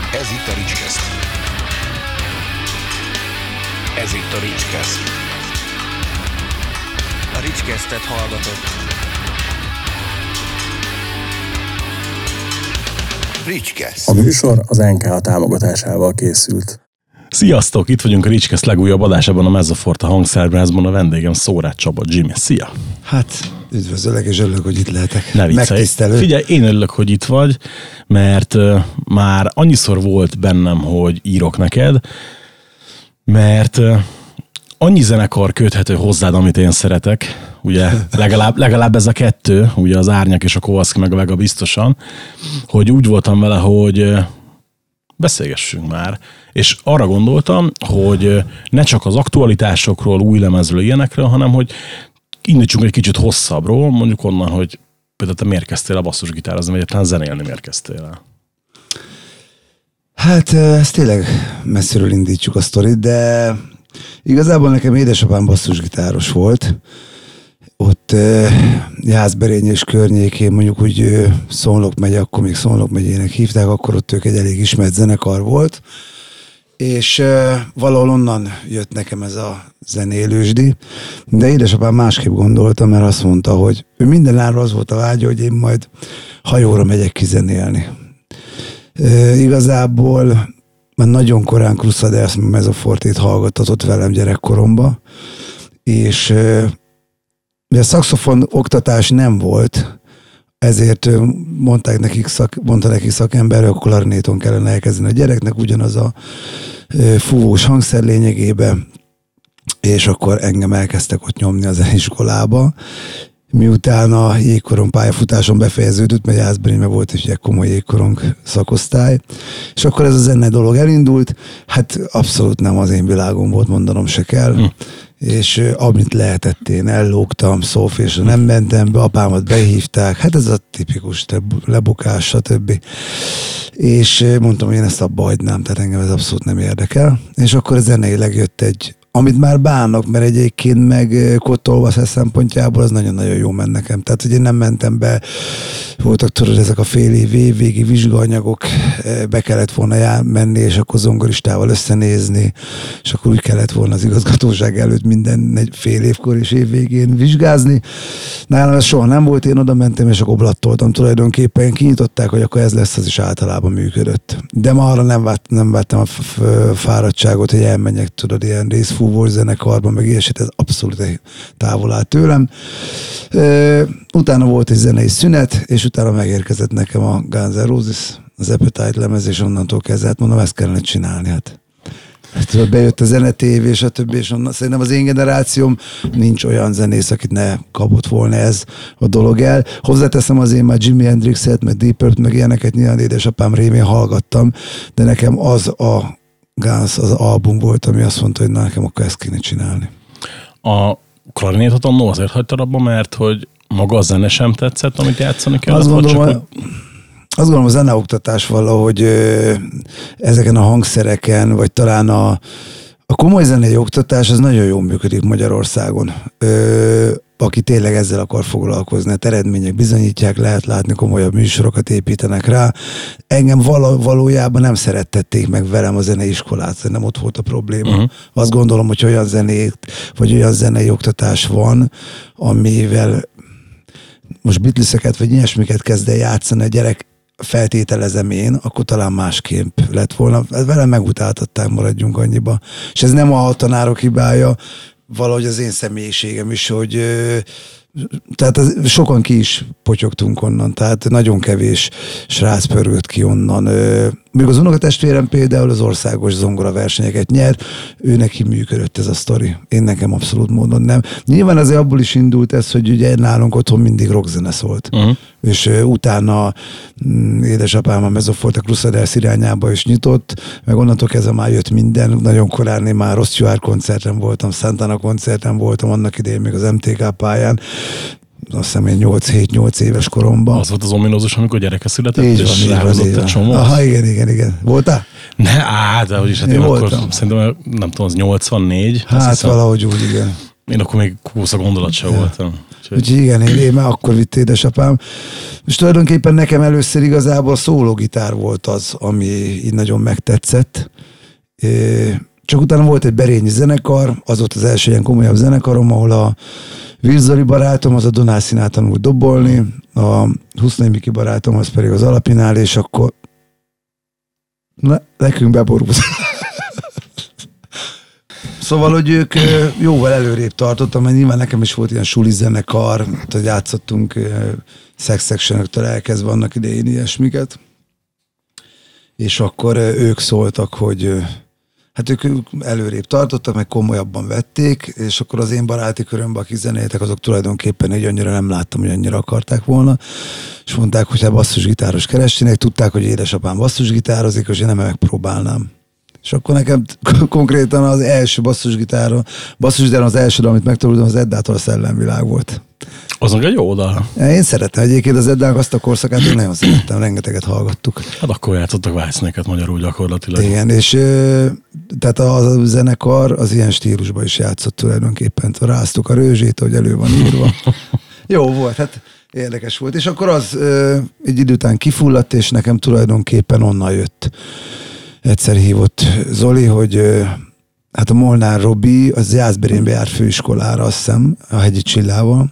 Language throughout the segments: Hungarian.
Ez itt a Ricskeszt. Ez itt a Ricskeszt. A Ricskesztet hallgatott. Ricskeszt. A műsor az NK támogatásával készült. Sziasztok! Itt vagyunk a Ricskeszt legújabb adásában, a Mezzoforte hangszerbrázban. A vendégem Szórád Csaba, Jimmy. Szia! Hát, üdvözöllek, és örülök, hogy itt lehetek. Ne viccelj. Megtisztelő. Figyelj, én örülök, hogy itt vagy, mert már annyiszor volt bennem, hogy írok neked, mert annyi zenekar köthető hozzád, amit én szeretek, ugye legalább ez a kettő, ugye az Árnyak és a Kowalski meg a Vega biztosan, hogy úgy voltam vele, hogy beszélgessünk már. És arra gondoltam, hogy ne csak az aktualitásokról, új lemezről, ilyenekről, hanem hogy indítsunk egy kicsit hosszabbról, mondjuk onnan, hogy például te miért kezdtél a basszusgitározni, vagy egyáltalán zenélni miért kezdtél el? Hát, ezt tényleg messziről indítjuk a sztorit, de igazából nekem édesapám basszusgitáros volt. Ott Jászberény és környékén, mondjuk úgy Szolnok megye, akkor még Szolnok megyének hívták, akkor ott ők egy elég ismert zenekar volt, és valahol onnan jött nekem ez a zenélősdi, de édesapám másképp gondolta, mert azt mondta, hogy ő mindenáron az volt a vágya, hogy én majd hajóra megyek kizenélni. Igazából már nagyon korán Crusaders Mezzofortét hallgatott velem gyerekkoromba, és mivel szaxofon oktatás nem volt, ezért mondta nekik szakember, hogy a klarinéton kellene elkezdeni a gyereknek, ugyanaz a fúvós hangszer lényegében, és akkor engem elkezdtek ott nyomni a zeneiskolába. Miután a jégkorong pályafutáson befejeződött, mert Jászberényben volt egy komoly jégkorong szakosztály, és akkor ez a zene dolog elindult, hát abszolút nem az én világom volt, mondanom se kell, és amit lehetett, én ellógtam, szófésre nem mentem be, apámat behívták, hát ez a tipikus lebukás, stb. És mondtam, hogy én ezt abba hagynám, tehát engem ez abszolút nem érdekel, és akkor zeneileg jött egy, amit már bánok, mert egyébként meg Kottolvaszás szempontjából az nagyon-nagyon jó ment nekem. Tehát, hogy én nem mentem be, voltak tudod, ezek a fél évvégi vizsgaanyagok, be kellett volna menni, és akkor zongoristával összenézni, és akkor úgy kellett volna az igazgatóság előtt minden fél évkor és évvégén vizsgázni. Nálam ez soha nem volt, én oda mentem, és akkor blattoltam tulajdonképpen, kinyitották, hogy akkor ez lesz, az is általában működött. De ma arra nem vettem a fáradtságot, hogy elmenjek, tudod, ilyen részfúvós zenekarban, meg ilyesét, ez abszolút távol áll tőlem. Utána volt egy zenei szünet, és utána megérkezett nekem a Guns N' Roses, az Appetite lemez, és onnantól kezdve, mondom, ezt kellene csinálni, hát. Bejött a zenetévé, és a többi, és onnan, szerintem az én generációm nincs olyan zenész, akit ne kapott volna ez a dolog el. Hozzáteszem, azért már Jimi Hendrixet, meg Deep Purple, meg ilyeneket nyilván édesapám rémén hallgattam, de nekem az a Guns, az album volt, ami azt mondta, hogy na, nekem akkor ezt kéne csinálni. A klarinétot annól azért hagytad abba, mert hogy maga a zene sem tetszett, amit játszani kellett? Azt gondolom, a zeneoktatás valahogy ezeken a hangszereken, vagy talán a komoly zenei oktatás, az nagyon jól működik Magyarországon. Aki tényleg ezzel akar foglalkozni, hát eredmények bizonyítják, lehet látni, komolyabb műsorokat építenek rá. Engem valójában nem szerettették meg velem a zeneiskolát, nem ott volt a probléma. Uh-huh. Azt gondolom, hogy olyan zenét, vagy olyan zenei oktatás van, amivel most Beatleseket, vagy ilyesmiket kezd el játszani a gyerek, feltételezem én, akkor talán másképp lett volna. Velem megutáltatták, maradjunk annyiba. És ez nem a tanárok hibája, valahogy az én személyiségem is, hogy tehát sokan ki is potyogtunk onnan, tehát nagyon kevés srác pörgött ki onnan. Még az unokatestvérem például az országos zongora versenyeket nyert, ő neki működött ez a sztori. Én nekem abszolút módon nem. Nyilván azért abból is indult ez, hogy ugye nálunk otthon mindig rockzene szólt. Uh-huh. És utána édesapám a Mezzoforte Crusaders irányába is nyitott, meg onnantól kezdve már jött minden. Nagyon korán én már Ross Stewart koncerten voltam, Santana koncerten voltam, annak idején még az MTK pályán. Azt hiszem én 8-7-8 éves koromban. Az volt az ominózus, amikor gyereke született, így és ráhozott egy csomó. Aha, igen. Voltál? De hogy is, hát én akkor szerintem, nem tudom, az 84. Hát valahogy úgy, igen. Én akkor még kúsz a gondolat sem voltam. Úgyhogy igen, én már akkor vitt édesapám. És tulajdonképpen nekem először igazából szólógitár volt az, ami így nagyon megtetszett. Csak utána volt egy berényi zenekar, az volt az első ilyen komolyabb zenekarom, ahol a Virzoli barátom, az a Donászinál tanult dobolni, a Husznej Miki barátom, az pedig az Alapinál, és akkor nekünk beborult. Szóval, hogy ők jóval előrébb tartottam, mert nyilván nekem is volt ilyen suli zenekar, hogy játszottunk Sex Section-öktől elkezdve annak idején ilyesmiket. És akkor ők szóltak, hogy hát ők előrébb tartottak, meg komolyabban vették, és akkor az én baráti körömben, akik zenéltek, azok tulajdonképpen egy annyira nem láttam, hogy annyira akarták volna, és mondták, hogy hát basszusgitáros keressenek, tudták, hogy édesapám basszusgitározik, és én nem megpróbálnám. És akkor nekem konkrétan az első basszusgitáron az első, amit megtanultam, az Eddától a Szellemvilág volt. Azon egy jó oldal. Én szeretem egyébként az Eddának azt a korszakát, én nagyon szerettem, rengeteget hallgattuk. Hát akkor játszottak Whitesnake-et magyarul gyakorlatilag. Igen, és tehát a zenekar az ilyen stílusban is játszott tulajdonképpen. Ráztuk a rőzsét, hogy elő van írva. Jó volt, hát érdekes volt. És akkor az egy idő után kifulladt, és nekem tulajdonképpen onnan jött. Egyszer hívott Zoli, hogy hát a Molnár Robi az Jászberénybe járt főiskolára, azt hiszem, a Hegyi Csillával,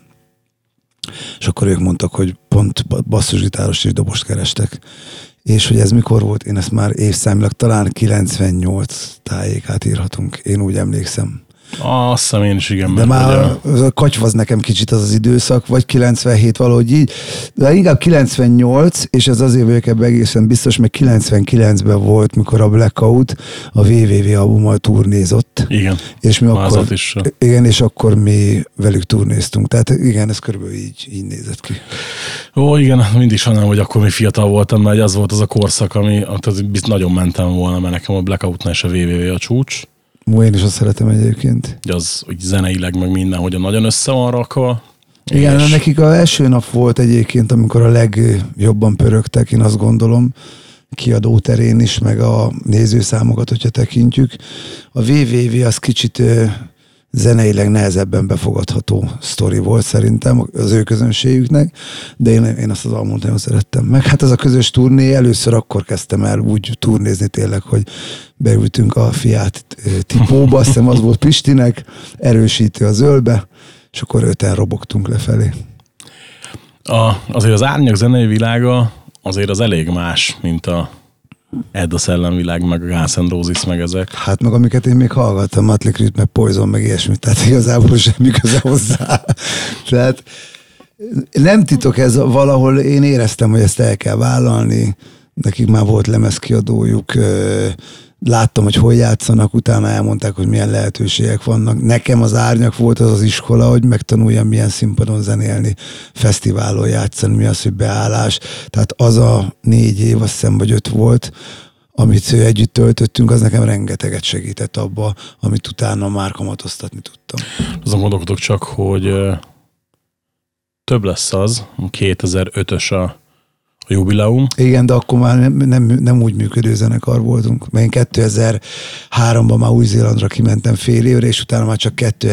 és akkor ők mondtak, hogy pont basszusgitáros és dobost kerestek. És hogy ez mikor volt, én ezt már évszámilag talán 98 tájékát írhatunk, én úgy emlékszem. Azt hiszem én is, igen. De már katyvaz nekem kicsit az időszak, vagy 97 valahogy így, de inkább 98, és ez azért vagyok ebben egészen biztos, mert 99-ben volt, mikor a Blackout a WWW albummal turnézott. Igen, és mi akkor, is. Igen, és akkor mi velük turnéztunk. Tehát igen, ez körülbelül így nézett ki. Ó, igen, mindig sajnálom, hogy akkor még fiatal voltam, mert az volt az a korszak, ami nagyon mentem volna, mert nekem a Blackoutnál és a WWW a csúcs. Én is azt szeretem egyébként. Az úgy zeneileg meg mindenhogyan nagyon össze van rakva. Igen, és nekik az első nap volt egyébként, amikor a legjobban pörögtek, én azt gondolom, kiadó terén is, meg a nézőszámokat, hogyha tekintjük. A WWW az kicsit zeneileg nehezebben befogadható sztori volt szerintem az ő közönségüknek, de én azt az albumot nagyon szerettem. Meg hát ez a közös turné, először akkor kezdtem el úgy turnézni tényleg, hogy beültünk a Fiat Tipóba, azt hiszem az volt Pistinek, erősítő a zöldbe, és akkor 5-en robogtunk lefelé. Azért az Árnyak zenei világa azért az elég más, mint a Edd a Szellemvilág, meg a Guns N' Roses, meg ezek. Hát meg amiket én még hallgattam, Mötley Crüe, meg Poison, meg ilyesmit, tehát igazából semmi köze hozzá. Tehát nem titok ez, valahol én éreztem, hogy ezt el kell vállalni, nekik már volt lemezkiadójuk, láttam, hogy hol játszanak, utána elmondták, hogy milyen lehetőségek vannak. Nekem az Árnyak volt az az iskola, hogy megtanuljam, milyen színpadon zenélni, fesztiválon játszani, mi az, hogy beállás. Tehát az a 4 év, azt hiszem, vagy 5 volt, amit együtt töltöttünk, az nekem rengeteget segített abba, amit utána már kamatoztatni tudtam. Azon gondolkodok csak, hogy több lesz az, 2005-ös a jubileum. Igen, de akkor már nem úgy működő zenekar voltunk. Mert én 2003-ban már Új-Zélandra kimentem fél évre, és utána már csak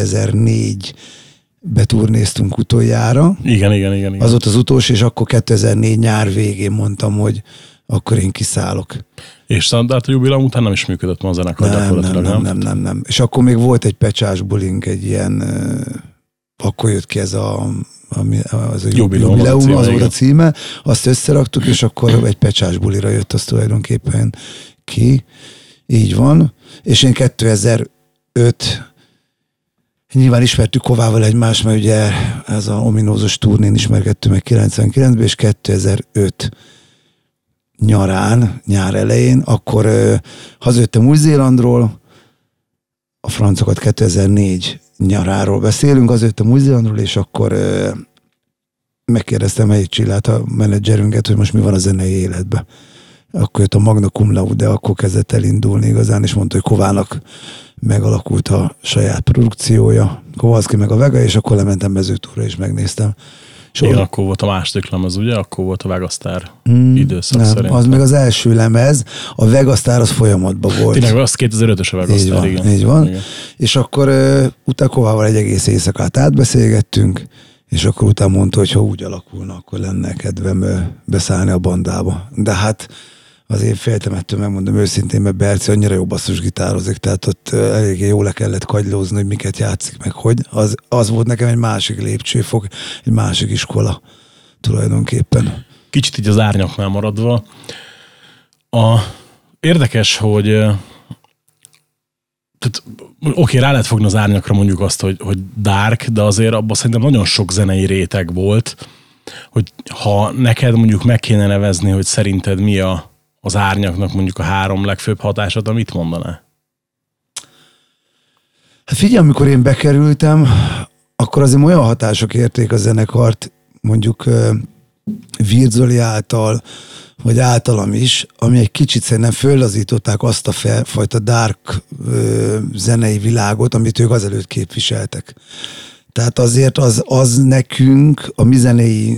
2004-be turnéztunk utoljára. Igen. Az volt az utolsó, és akkor 2004 nyár végén mondtam, hogy akkor én kiszállok. És hát a jubileum után nem is működött ma a zenekar gyakorlatilag, nem. És akkor még volt egy pecsás bulink, egy ilyen, akkor jött ki ez az a jubileum, az volt a címe, azt összeraktuk, és akkor egy pecsás bulira jött az tulajdonképpen ki. Így van. És én 2005 nyilván ismertük Kovával egymást, mert ugye ez a ominózus turnén ismerkedtünk meg 99-ben, és 2005 nyár elején, akkor hazajöttem Új-Zélandról, a francokat 2004 nyaráról beszélünk, hazajöttem Új-Zélandról, és akkor megkérdeztem Hegyi Csillát, a menedzserünket, hogy most mi van a zenei életben. Akkor jött a Magna Cum Laude, akkor kezdett elindulni igazán, és mondta, hogy Kovának megalakult a saját produkciója, Kowalski meg a Vega, és akkor lementem Mezőtúra, és megnéztem. Igen, akkor volt a második lemez, ugye? Akkor volt a Vegastar időszak nem, szerintem. Az még az első lemez, a Vegastar az folyamatban volt. Tényleg, az 2005-ös a Vegastar, így van. Igen. És akkor utána Kovával egy egész éjszakát átbeszélgettünk, és akkor utána mondta, hogy ha úgy alakulna, akkor lenne kedvem beszállni a bandába. De hát azért féltem ettől, megmondom őszintén, mert Berci annyira jó basszusgitározik, tehát ott eléggé jól le kellett kagylózni, hogy miket játszik, meg hogy. Az volt nekem egy másik lépcsőfok, egy másik iskola tulajdonképpen. Kicsit így az árnyaknál maradva. Érdekes, hogy oké, rá lehet fogni az árnyakra mondjuk azt, hogy dark, de azért abban szerintem nagyon sok zenei réteg volt, hogy ha neked mondjuk meg kéne nevezni, hogy szerinted mi az árnyaknak mondjuk a 3 legfőbb hatásod, amit mondaná? Hát figyelj, amikor én bekerültem, akkor azért olyan hatások érték a zenekart, mondjuk Virzoli által, vagy általam is, ami egy kicsit szerintem föllazították azt a fajta dark zenei világot, amit ők azelőtt képviseltek. Tehát azért az nekünk, a mi zenei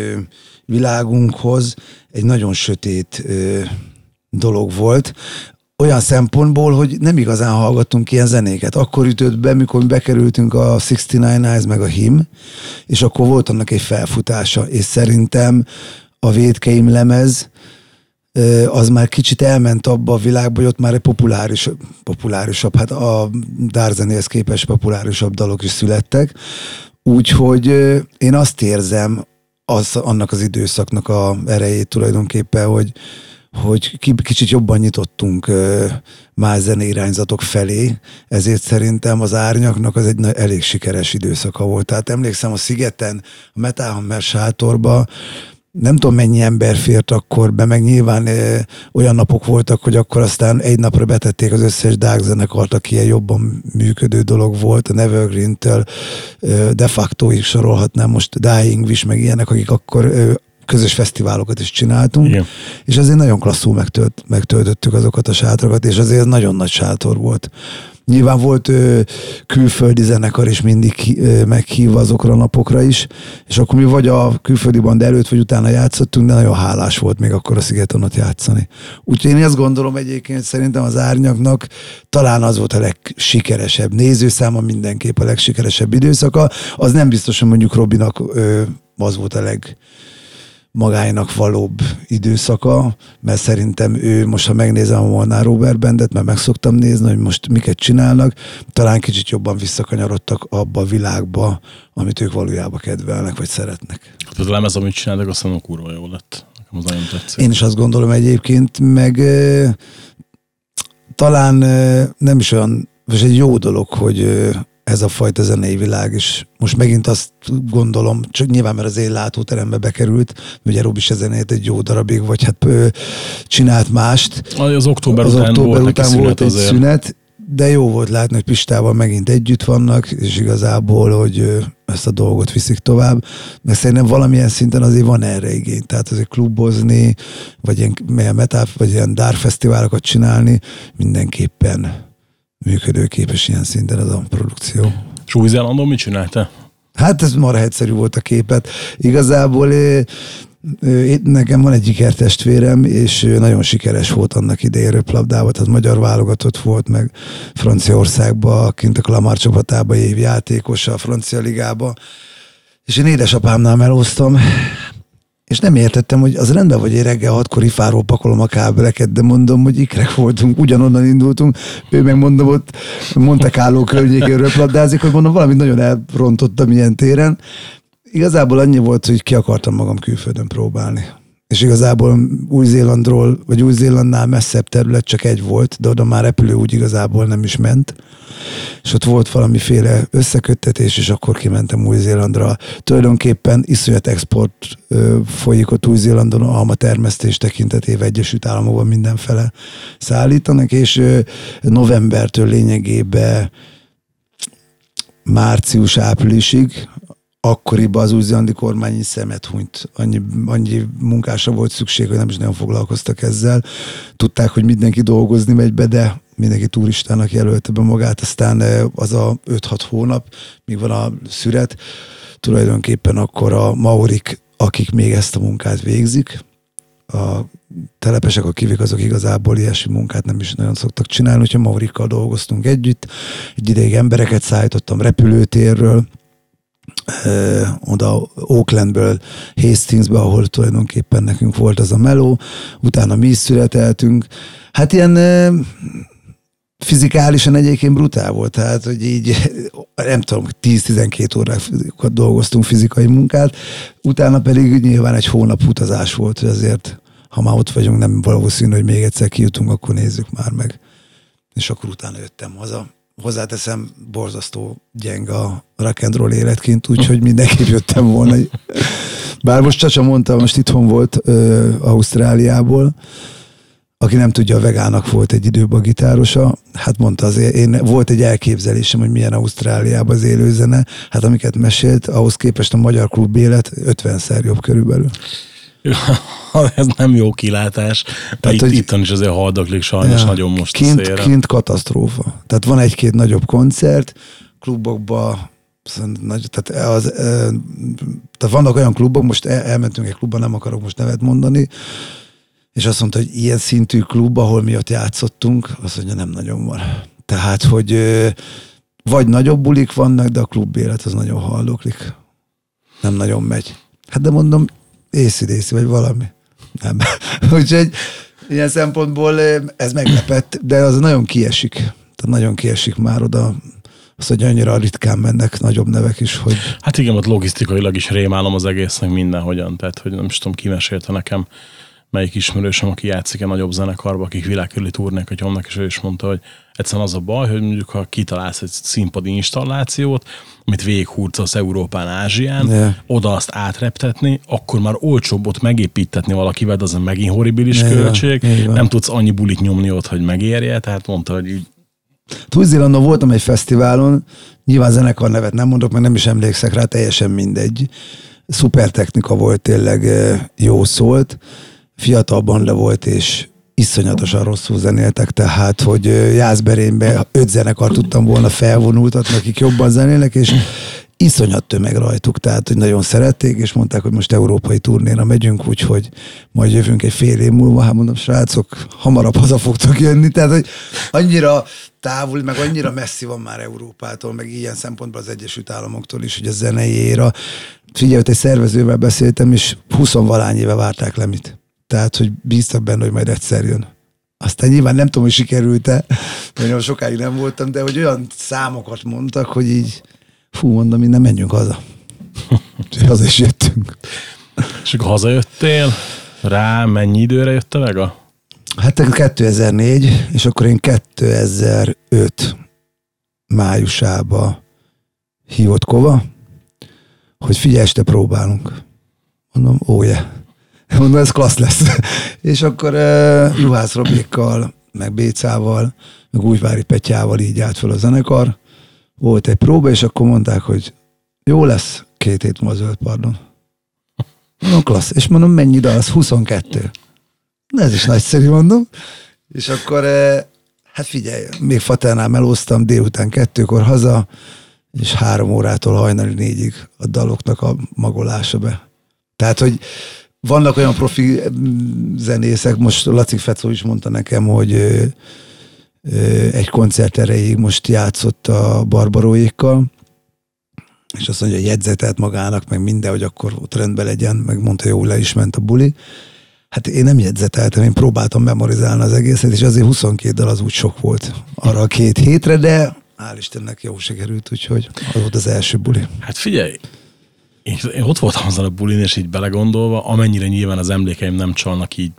világunkhoz egy nagyon sötét dolog volt. Olyan szempontból, hogy nem igazán hallgattunk ilyen zenéket. Akkor ütött be, mikor bekerültünk a 69 Eyes meg a Him, és akkor volt annak egy felfutása, és szerintem a Védkeim lemez az már kicsit elment abba a világba, hogy ott már egy populárisabb, hát a dárzenéhez képest populárisabb dalok is születtek. Úgyhogy én azt érzem annak az időszaknak a erejét tulajdonképpen, hogy kicsit jobban nyitottunk más zeneirányzatok felé, ezért szerintem az árnyaknak az egy elég sikeres időszaka volt. Tehát emlékszem a Szigeten, a Metal Hammer sátorba, nem tudom mennyi ember fért akkor be, meg nyilván olyan napok voltak, hogy akkor aztán egy napra betették az összes dark zenekart, aki ilyen jobban működő dolog volt, a Nevergreen-től de facto-ig sorolhatnám most, Dying Wish, meg ilyenek, akik akkor közös fesztiválokat is csináltunk, igen. És azért nagyon klasszul megtöltöttük azokat a sátrakat, és azért nagyon nagy sátor volt. Nyilván volt külföldi zenekar is mindig meghívva azokra a napokra is, és akkor mi vagy a külföldi band előtt, vagy utána játszottunk, de nagyon hálás volt még akkor a Szigeten ott játszani. Úgyhogy én azt gondolom egyébként, szerintem az árnyaknak talán az volt a legsikeresebb nézőszáma, mindenképp a legsikeresebb időszaka. Az nem biztos, hogy mondjuk Robinak az volt a magáinak valóbb időszaka, mert szerintem ő, most ha megnézem a Molnár Robert Bandet, mert meg szoktam nézni, hogy most miket csinálnak, talán kicsit jobban visszakanyarodtak abba a világba, amit ők valójában kedvelnek, vagy szeretnek. Hát a lemez, amit csináltak, azt mondom, kurva jó lett. Nekem az nagyon tetszik. Én is azt gondolom egyébként, meg talán nem is olyan, és egy jó dolog, hogy ez a fajta zenei világ is. Most megint azt gondolom, csak nyilván, mert az én látóterembe bekerült, ugye Robi se zenélt egy jó darabig, vagy hát csinált mást. Az október után volt egy szünet, de jó volt látni, hogy Pistával megint együtt vannak, és igazából, hogy ezt a dolgot viszik tovább. Meg szerintem valamilyen szinten azért van erre igény. Tehát azért klubozni, vagy ilyen metal, vagy ilyen dark fesztiválokat csinálni, mindenképpen működőképes ilyen szinten az a produkció. És Új-Zélandon mit csinálta? Hát ez marha egyszerű volt a képet. Igazából nekem van egy ikertestvérem, és nagyon sikeres volt annak idején röplabdában, tehát magyar válogatott volt, meg Franciaországban, kint a Klamár csapatában évjátékos a francia ligába. És én édesapámnál melóztam, és nem értettem, hogy az rendben, hogy én reggel 6-kor ifáról pakolom a kábeleket, de mondom, hogy ikrek voltunk, ugyanonnan indultunk, ő meg mondom, ott Monte Carlo környékén röplabdázik, hogy mondom, valamit nagyon elrontottam ilyen téren. Igazából annyi volt, hogy ki akartam magam külföldön próbálni. És igazából Új-Zélandról, vagy Új-Zélandnál messzebb terület csak egy volt, de oda már repülő úgy igazából nem is ment. És ott volt valamiféle összeköttetés, és akkor kimentem Új-Zélandra. Tulajdonképpen iszonyat export folyik ott Új-Zélandon, almatermesztés tekintetében Egyesült Államokban mindenfele szállítanak, és novembertől lényegében március-áprilisig akkoriban az új-zélandi kormány szemet hunyt. Annyi munkásra volt szükség, hogy nem is nagyon foglalkoztak ezzel. Tudták, hogy mindenki dolgozni megy be, de mindenki turistának jelölte be magát. Aztán az a 5-6 hónap, míg van a szüret, tulajdonképpen akkor a maorik, akik még ezt a munkát végzik, a telepesek, a kivik, azok igazából ilyesmi munkát nem is nagyon szoktak csinálni, úgyhogy maorikkal dolgoztunk együtt. Egy ideig embereket szállítottam repülőtérről, oda Oaklandből Hastingsbe, ahol tulajdonképpen nekünk volt az a meló, utána mi is születeltünk. Hát ilyen fizikálisan egyébként brutál volt, tehát, hogy így nem tudom, 10-12 órákat dolgoztunk fizikai munkát, utána pedig nyilván egy hónap utazás volt, hogy azért, ha már ott vagyunk, nem valószínű, hogy még egyszer kijutunk, akkor nézzük már meg. És akkor utána jöttem haza. Hozzáteszem, borzasztó gyenge a rock and roll életként, úgyhogy mindenképp jöttem volna. Bár most Csacsa mondta, most itthon volt Ausztráliából, aki nem tudja, a Vegának volt egy időben a gitárosa, hát mondta azért, volt egy elképzelésem, hogy milyen Ausztráliában az élőzene, hát amiket mesélt, ahhoz képest a magyar klub élet 50-szer jobb körülbelül. Ez nem jó kilátás. Tehát, itthon is azért haldoklik sajnos nagyon most a szélre. Kint katasztrófa. Tehát van egy-két nagyobb koncert, klubokban, tehát vannak olyan klubok, most elmentünk egy klubba, nem akarok most nevet mondani, és azt mondta, hogy ilyen szintű klub, ahol mi ott játszottunk, azt mondja, nem nagyon van. Tehát, hogy vagy nagyobb bulik vannak, de a klub élet az nagyon haldoklik. Nem nagyon megy. Hát de mondom, AC/DC vagy valami. Nem. Úgyhogy ilyen szempontból ez meglepett, de az nagyon kiesik. Tehát nagyon kiesik már oda, azt, hogy annyira ritkán mennek nagyobb nevek is, hogy... Hát igen, ott logisztikailag is rémálom az egésznek mindenhogyan, tehát hogy nem is tudom, ki mesélte nekem, melyik ismerősöm, aki játszik egy nagyobb zenekarba, akik világkörüli turnékat nyomnak, és ő is mondta, hogy egyszerűen az a baj, hogy mondjuk ha kitalálsz egy színpadi installációt, amit végighurcolsz Európán, Ázsián, oda azt átreptetni, akkor már olcsóbb ott megépítetni valakivel, de az a megint horribilis költség. Nem tudsz annyi bulit nyomni ott, hogy megérje, tehát mondta, hogy így... Új-Zélandon voltam egy fesztiválon, nyilván zenekar nevet nem mondok, mert nem is emlékszek rá, teljesen mindegy. Szuper technika volt, tényleg jó szólt. Fiatal banda volt, és iszonyatosan rosszul zenéltek, tehát, hogy Jászberényben 5 zenekar tudtam volna felvonultatni, akik jobban zenélnek, és iszonyat tömeg rajtuk, tehát, hogy nagyon szerették, és mondták, hogy most európai turnéra megyünk, úgyhogy majd jövünk egy fél év múlva, hát mondom, srácok, hamarabb haza fogtok jönni, tehát, hogy annyira távol, meg annyira messzi van már Európától, meg ilyen szempontból az Egyesült Államoktól is, hogy a zenei éra. Figyelj, egy szervezővel beszéltem, és 20-valány éve várták Lemit. Tehát, hogy bíztak benne, hogy majd egyszer jön. Aztán nyilván nem tudom, hogy sikerült-e, mert sokáig nem voltam, de hogy olyan számokat mondtak, hogy így mondom, innen menjünk haza. És haza is jöttünk. És akkor hazajöttél, rá mennyi időre jött a Vega? Hát 2004, és akkor én 2005 májusába hívott Kova, hogy figyelj, este próbálunk. Mondom, yeah. Mondom, ez klassz lesz. És akkor Juhász Robékkal, meg Bécával, meg Újvári Petyával így állt fel a zenekar. Volt egy próba, és akkor mondták, hogy jó lesz, 2 hét múlva Zöld Pardon. Mondom, klassz. És mondom, mennyi dal? Az 22. Na, ez is nagyszerű, mondom. És akkor, hát figyelj, még Faternál melóztam, délután 2-kor haza, és 3 órától hajnali 4-ig a daloknak a magolása be. Tehát, hogy vannak olyan profi zenészek, most Laci Fecó is mondta nekem, hogy egy koncert erejéig most játszott a Barbaróékkal, és azt mondja, hogy jegyzetelt magának, meg minden, hogy akkor ott rendben legyen, meg mondta, jól le is ment a buli. Hát én nem jegyzeteltem, én próbáltam memorizálni az egészet, és azért 22 dal az úgy sok volt arra a 2 hétre, de hál' Istennek jó sikerült, úgyhogy az volt az első buli. Hát figyelj, én ott voltam azon a bulin, és így belegondolva, amennyire nyilván az emlékeim nem csalnak így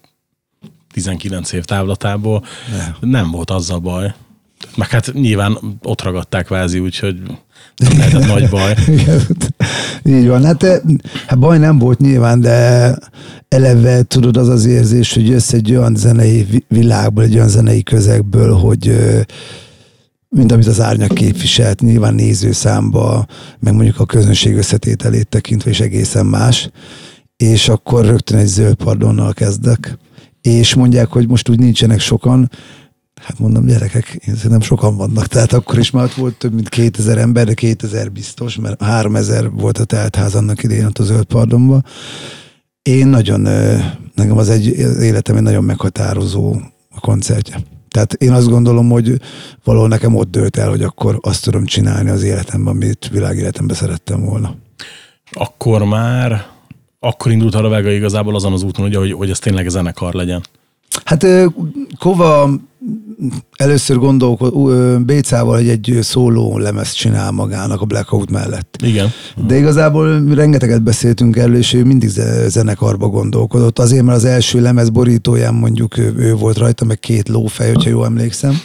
19 év távlatából, nem volt azzal baj. Meg hát nyilván ott ragadták kvázi, úgyhogy nem lehetett nagy baj. Így van, hát baj nem volt nyilván, de eleve tudod az az érzés, hogy jössz egy olyan zenei világból, egy olyan zenei közegből, hogy mint amit az Árnyak képviselt, nyilván nézőszámba, meg mondjuk a közönség összetételét tekintve is egészen más, és akkor rögtön egy Zöld Pardonnal kezdek, és mondják, hogy most úgy nincsenek sokan, hát mondom, gyerekek, én szerintem sokan vannak, tehát akkor is már ott volt több mint 2000 ember, de 2000 biztos, mert 3000 volt a teltház annak idején ott a Zöld Pardonban. Én nagyon, nekem az életem egy nagyon meghatározó a koncertje. Tehát én azt gondolom, hogy valahol nekem ott dőlt el, hogy akkor azt tudom csinálni az életemben, amit világéletemben szerettem volna. akkor indult a Vega igazából azon az úton, ugye, hogy ez tényleg zenekar legyen. Hát Kova először Bécával, hogy egy szóló lemezt csinál magának a Blackout mellett. Igen. De igazából rengeteget beszéltünk erről, és ő mindig zenekarba gondolkodott. Azért, mert az első lemez borítóján mondjuk ő volt rajta, meg 2 lófej, hogyha jól emlékszem.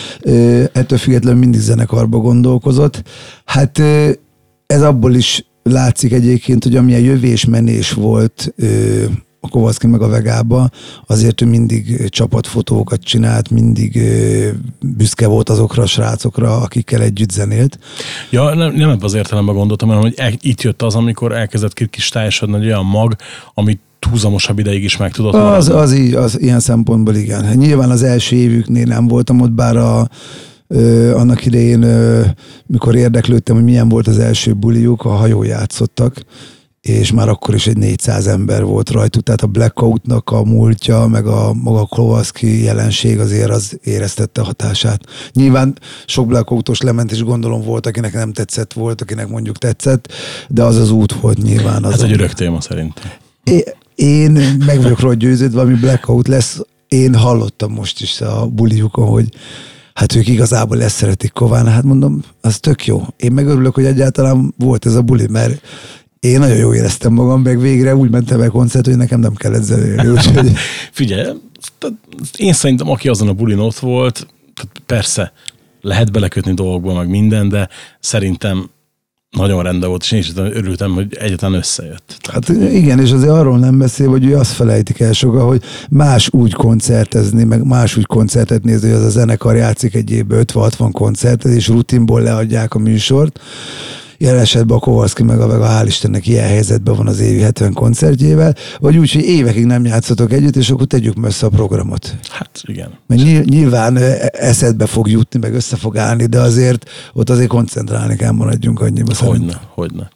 Ettől függetlenül mindig zenekarba gondolkozott. Hát ez abból is látszik egyébként, hogy amilyen jövés-menés volt a Kowalski meg a Vegába, azért ő mindig csapatfotókat csinált, mindig büszke volt azokra a srácokra, akikkel együtt zenélt. Ja, nem ebben az értelemben gondoltam, hanem hogy itt jött az, amikor elkezdett kristályosodni egy olyan mag, amit húzamosabb ideig is meg tudott maradni. Az ilyen szempontból igen. Nyilván az első évüknél nem voltam ott, bár annak idején, mikor érdeklődtem, hogy milyen volt az első buliuk, a hajón játszottak, és már akkor is egy 400 ember volt rajtuk, tehát a Blackoutnak a múltja, meg a maga Kowalski jelenség azért az éreztette a hatását. Nyilván sok Blackoutos lement, és gondolom volt, akinek nem tetszett, volt, akinek mondjuk tetszett, de az az út volt nyilván. Ez egy örök téma szerintem. Én meg vagyok róla győződve, ami Blackout lesz. Én hallottam most is a buliukon, hogy hát ők igazából lesz szeretik Kován, hát mondom, az tök jó. Én meg örülök, hogy egyáltalán volt ez a buli, mert én nagyon jól éreztem magam, meg végre úgy mentem el koncert, hogy nekem nem kellett zenélni. Úgyhogy... Figyelj, én szerintem aki azon a bulin ott volt, persze lehet belekötni dolgokba, meg minden, de szerintem nagyon rendben volt, és én is örültem, hogy egyáltalán összejött. Hát igen, és azért arról nem beszél, hogy ő azt felejtik el sokan, hogy más úgy koncertezni, meg más úgy koncertet nézni, hogy az a zenekar játszik egy évben 50-60 koncertet, és rutinból leadják a műsort. Jelen esetben a Kowalski meg a Vega, hál' Istennek ilyen helyzetben van az évi 70 koncertjével, vagy úgy, hogy évekig nem játszotok együtt, és akkor tegyük messze a programot. Hát igen. Mert nyilván eszedbe fog jutni, meg össze fog állni, de azért ott azért koncentrálni kell, maradjunk annyiba. Hogyne.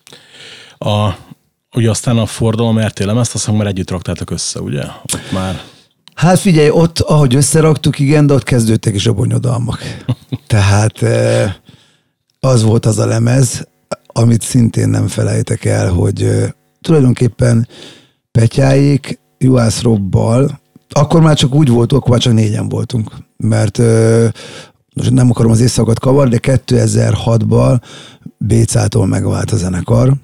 Ugye aztán a Fordalom RT lemezt, azt már együtt raktátok össze, ugye? Ott már... Hát figyelj, ott, ahogy összeraktuk, igen, de ott kezdődtek is a bonyodalmak. Tehát az volt az a lemez, amit szintén nem felejtek el, hogy tulajdonképpen Petyáék Juhász Robbal, akkor már csak úgy volt, akkor már csak 4-en voltunk, mert nem akarom az éjszakat kavarni, de 2006-ban Bécától megvált a zenekar,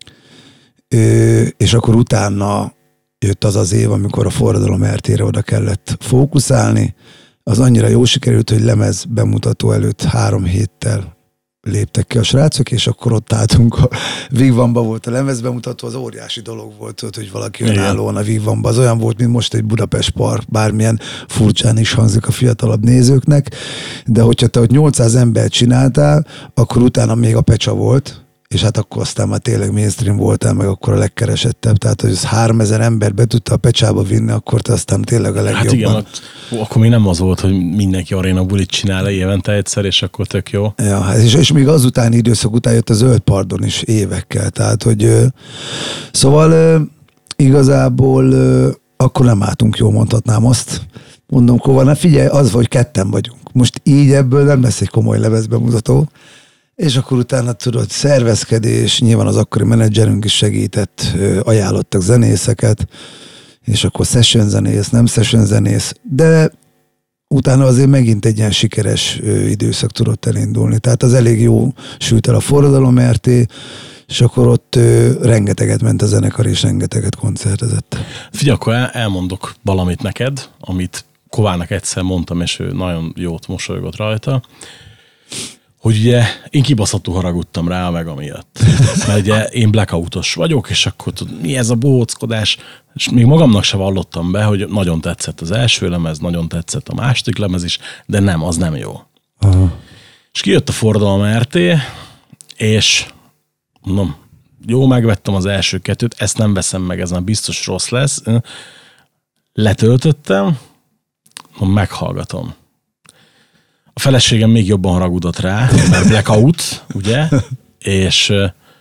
és akkor utána jött az az év, amikor a Forradalom RT-re oda kellett fókuszálni. Az annyira jó sikerült, hogy lemez bemutató előtt 3 héttel léptek ki a srácok, és akkor ott álltunk, a Vigvamba volt a lemez bemutató, az óriási dolog volt, hogy valaki önállóan a Vigvamba. Az olyan volt, mint most egy Budapest Park, bármilyen furcsán is hangzik a fiatalabb nézőknek, de hogyha te ott 800 embert csináltál, akkor utána még a Pecsa volt, és hát akkor aztán már tényleg mainstream voltál, meg akkor a legkeresettebb, tehát hogy az 3000 ember be tudta a Pecsába vinni, akkor te aztán tényleg a legjobban. Hát igen, akkor még nem az volt, hogy mindenki aréna bulit csinál évente egyszer, és akkor tök jó. Ja, és még azután időszak után jött a Zöld Pardon is évekkel, tehát hogy szóval igazából akkor nem álltunk, jól mondhatnám azt. Mondom, Kova, figyelj, az vagy, 2 vagyunk. Most így ebből nem lesz egy komoly lemezbemutató. És akkor utána tudod, szervezkedés, nyilván az akkori menedzserünk is segített, ajánlottak zenészeket, és akkor session zenész, nem session zenész, de utána azért megint egy ilyen sikeres időszak tudott elindulni. Tehát az elég jó sült el a Forradalom RT, és akkor ott rengeteget ment a zenekar, és rengeteget koncertezett. Figyelj, akkor elmondok valamit neked, amit Kovának egyszer mondtam, és ő nagyon jót mosolygott rajta, hogy ugye én kibaszható haragudtam rá meg amiatt. Mert ugye én blackoutos vagyok, és akkor tudod, mi ez a bohóckodás, és még magamnak se vallottam be, hogy nagyon tetszett az első lemez, nagyon tetszett a második lemez is, de nem, az nem jó. Aha. És kijött a Forradalom RT, és mondom, jó, megvettem az első 2, ezt nem veszem meg, ez már biztos rossz lesz. Letöltöttem, meghallgatom. A feleségem még jobban haragudott rá, mert blackout, ugye? És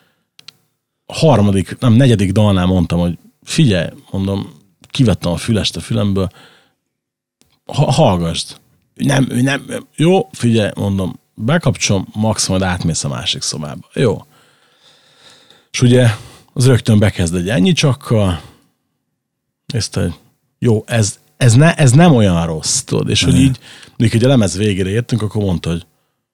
a 4. dalnál mondtam, hogy figyelj, mondom, kivettem a fülest a fülemből, hallgasd. Nem, jó, figyelj, mondom, bekapcsolom, max majd átmész a másik szobába. Jó. És ugye az rögtön bekezd egy ennyi csakkal, és jó, ez nem olyan rossz, tudod, és hogy így, mikor a lemez végére értünk, akkor mondta, hogy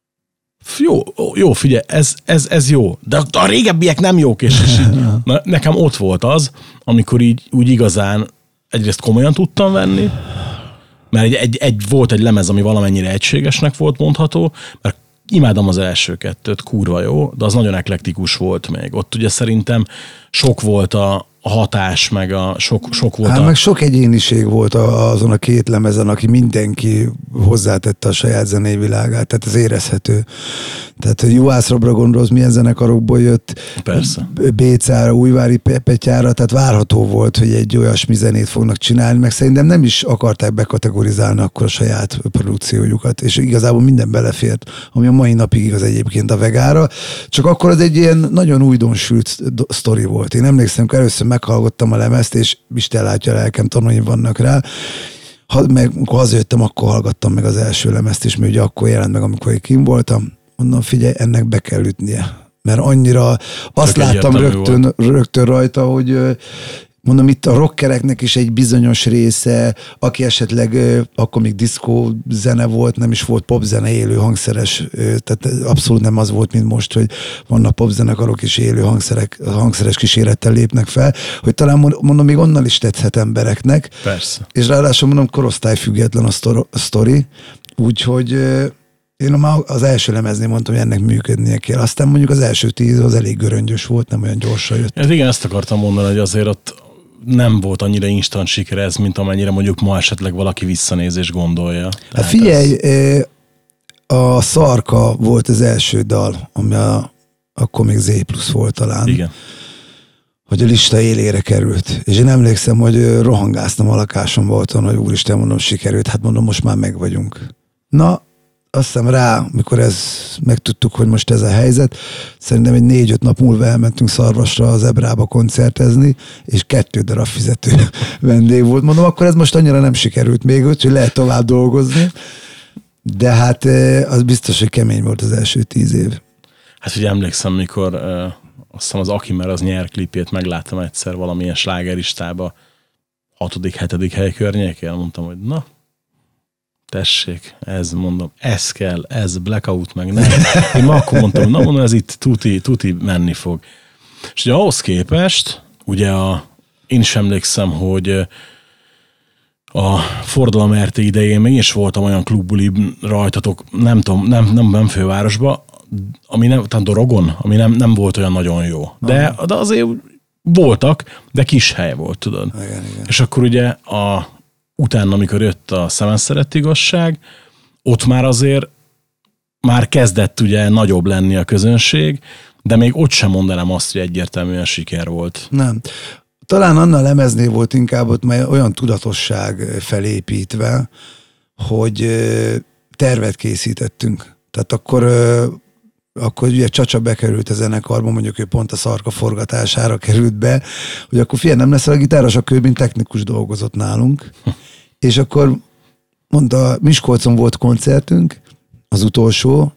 jó, figyelj, ez jó, de a régebbiek nem jók, és így, nekem ott volt az, amikor így úgy igazán egyrészt komolyan tudtam venni, mert volt egy lemez, ami valamennyire egységesnek volt mondható, mert imádom az első kettőt, kurva jó, de az nagyon eklektikus volt még. Ott ugye szerintem sok volt a hatás, meg sok volt meg sok egyéniség volt azon a két lemezen, aki mindenki hozzátette a saját zenei világát, tehát ez érezhető. Tehát a Juhász Robra gondolsz, milyen zenekarokból jött, persze. Bécára, Újvári Petyára, tehát várható volt, hogy egy olyasmi zenét fognak csinálni, meg szerintem nem is akarták bekategorizálni akkor a saját produkciójukat, és igazából minden belefért, ami a mai napig igaz egyébként a Vegára, csak akkor az egy ilyen nagyon újdonsült sztori volt. Én emlékszem, hogy először meghallgattam a lemezt, és Isten látja a lelkem, tanulni vannak rá. Amikor hazajöttem, akkor hallgattam meg az első lemezt is, mert ugye akkor jelent meg, amikor én kim voltam. Mondom, figyelj, ennek be kell ütnie. Mert annyira azt láttam rögtön rajta, hogy mondom, itt a rockereknek is egy bizonyos része, aki esetleg akkor még diszkó zene volt, nem is volt popzene, élő hangszeres, tehát abszolút nem az volt, mint most, hogy vannak popzenekarok is élő hangszeres kísérettel lépnek fel, hogy talán mondom, még onnan is tetszhet embereknek. Persze. És ráadásul mondom, korosztályfüggetlen a sztori, úgyhogy én már az első lemeznél mondtam, hogy ennek működnie kell. Aztán mondjuk az első 10 az elég göröngyös volt, nem olyan gyorsan jött. Ez igen, ezt akartam mondani, hogy azért ott nem volt annyira instant siker ez, mint amennyire mondjuk ma esetleg valaki visszanéz és gondolja. Hát figyelj, a Szarka volt az első dal, ami akkor még Z+ volt talán. Igen. Hogy a lista élére került. És én emlékszem, hogy rohangáztam a lakásomban otthon, hogy úristen, mondom, sikerült, hát mondom, most már meg vagyunk. Na, azt hiszem rá, mikor megtudtuk, hogy most ez a helyzet, szerintem egy 4-5 nap múlva elmentünk Szarvasra az Ebrába koncertezni, és 2 darab fizető vendég volt. Mondom, akkor ez most annyira nem sikerült még, hogy lehet tovább dolgozni, de hát az biztos, hogy kemény volt az első 10 év. Hát ugye emlékszem, mikor azt hiszem az Akimer az nyer klipét megláttam egyszer valamilyen slágeristába 6.-7. hely környékén, mondtam, hogy na, tessék, ez kell, ez blackout, meg nem. Én ma akkor mondtam, ez itt tuti menni fog. És ugye ahhoz képest, ugye én is emlékszem, hogy a Forradalom RT idején még is voltam olyan klubbuli rajtatok, nem tudom, nem fővárosba, ami nem, tehát Dorogon, ami nem volt olyan nagyon jó. De azért voltak, de kis hely volt, tudod. Igen. És akkor ugye utána, amikor jött a Szemen szerett igazság, ott már azért már kezdett ugye nagyobb lenni a közönség, de még ott sem mondanám azt, hogy egyértelműen siker volt. Nem. Talán annál lemeznél volt inkább ott már olyan tudatosság felépítve, hogy tervet készítettünk. Tehát akkor ugye Csacsa bekerült a zenekarba, mondjuk ő pont a Szarka forgatására került be, hogy akkor figyelj, nem lesz a gitáros, akkor ő mint technikus dolgozott nálunk. És akkor mondta, Miskolcon volt koncertünk, az utolsó,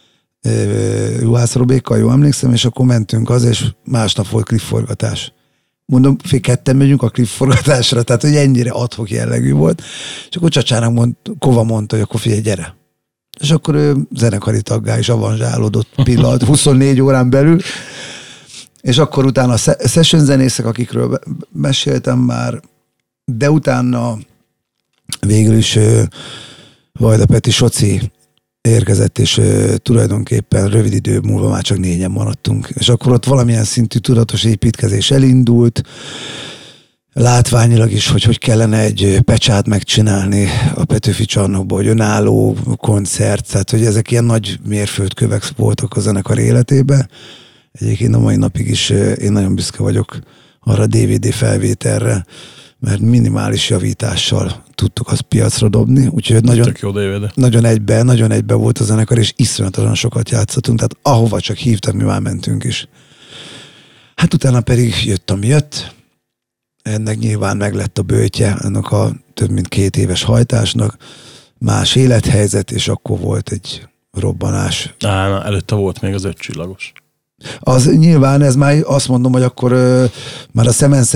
Juhász Robékkal, jól emlékszem, és akkor mentünk az, és másnap volt klipforgatás. Mondom, ketten megyünk a klipforgatásra, tehát hogy ennyire ad-hoc jellegű volt. És akkor Csacsának Kova mondta, hogy akkor figyelj, gyere. És akkor ő zenekari taggá is avanzsálódott pillanat, 24 órán belül. És akkor utána a session zenészek, akikről meséltem már, de utána végül is Vajda Peti Soci érkezett, és tulajdonképpen rövid idő múlva már csak 4-en maradtunk. És akkor ott valamilyen szintű tudatos építkezés elindult, látványilag is, hogy kellene egy pecsát megcsinálni a Petőfi Csarnokból, hogy önálló koncert, tehát hogy ezek ilyen nagy mérföldkövek voltak a zenekar életében. Egyébként a mai napig is én nagyon büszke vagyok arra a DVD felvételre, mert minimális javítással tudtuk azt piacra dobni, úgyhogy nagyon egybe volt a zenekar, és iszonyatosan sokat játszottunk, tehát ahova csak hívtak, mi már mentünk is. Hát utána pedig jött, ami jött, ennek nyilván meglett a böjtje, ennek a több mint 2 éves hajtásnak, más élethelyzet, és akkor volt egy robbanás. Előtte volt még az 5 csillagos. Az nyilván, ez már azt mondom, hogy akkor már a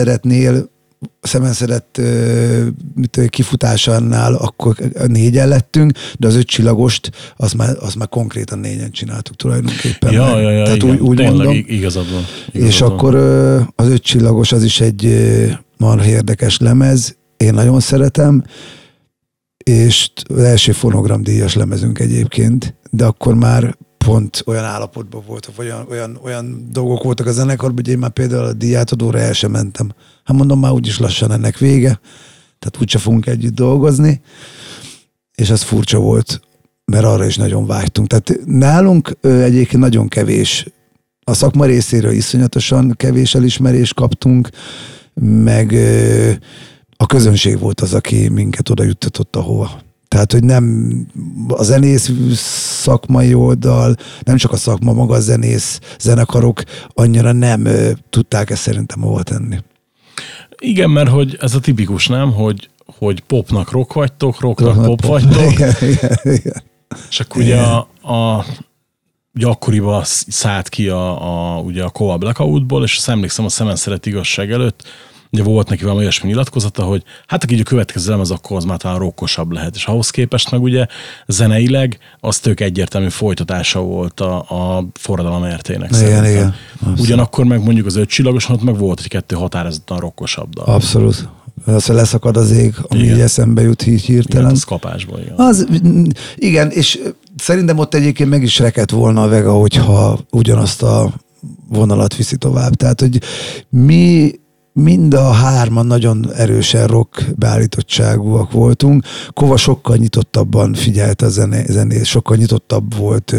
szemenszeret kifutásánál akkor 4-en lettünk, de az 5 csillagost, az már konkrétan 4-en csináltuk tulajdonképpen. Ja, tehát igen, úgy tényleg, mondom. Igazad van. És akkor az 5 csillagos az is egy marha érdekes lemez, én nagyon szeretem, és az első fonogramdíjas lemezünk egyébként, de akkor már pont olyan állapotban voltak, vagy olyan dolgok voltak a zenekarban, hogy én már például a díjátadóra el sem mentem. Hát mondom, már úgyis lassan ennek vége, tehát úgyse fogunk együtt dolgozni, és ez furcsa volt, mert arra is nagyon vágytunk. Tehát nálunk egyébként nagyon kevés, a szakma részéről iszonyatosan kevés elismerést kaptunk, meg a közönség volt az, aki minket oda juttatott ahova. Tehát, hogy nem a zenész szakmai oldal, nem csak a szakma, maga a zenekarok annyira nem tudták ezt szerintem hova tenni. Igen, mert hogy ez a tipikus, nem? Hogy popnak rock vagytok, rocknak pop vagytok. Igen. És akkor ugye ugye akkoriban szállt ki ugye a Kova Blackoutból, és azt emlékszem a Szemenszeret igazság előtt, ugye volt neki valami olyasmi nyilatkozata, hogy hát aki így a következő lemez, akkor az már talán rockosabb lehet. És ahhoz képest meg ugye zeneileg az tök egyértelmű folytatása volt a Forradalom RT-nek. Igen. Ugyanakkor meg mondjuk az 5 csillagoson ott meg volt egy-kettő határozottan rockosabb dal. Abszolút. Az, hogy leszakad az ég, ami így eszembe jut hirtelen. Igen, az kapásból, igen. Igen, és szerintem ott egyébként meg is rekedt volna a Vega, hogyha ugyanazt a vonalat viszi tovább. Tehát, hogy mi mind a hárman nagyon erősen rock beállítottságúak voltunk. Kova sokkal nyitottabban figyelt a zenét, sokkal nyitottabb volt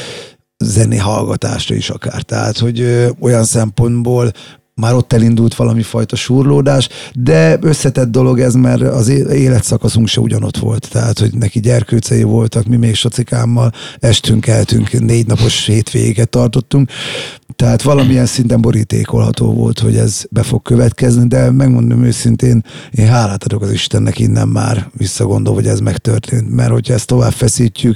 zenéhallgatásra is akár. Tehát, hogy olyan szempontból már ott elindult valami fajta súrlódás, de összetett dolog ez, mert az életszakaszunk se ugyanott volt. Tehát, hogy neki gyerkőcei voltak, mi még Socikámmal estünk, eltünk, 4 napos hétvégéket tartottunk. Tehát valamilyen szinten borítékolható volt, hogy ez be fog következni, de megmondom őszintén, én hálát adok az Istennek innen már visszagondolva, hogy ez megtörtént. Mert hogyha ezt tovább feszítjük,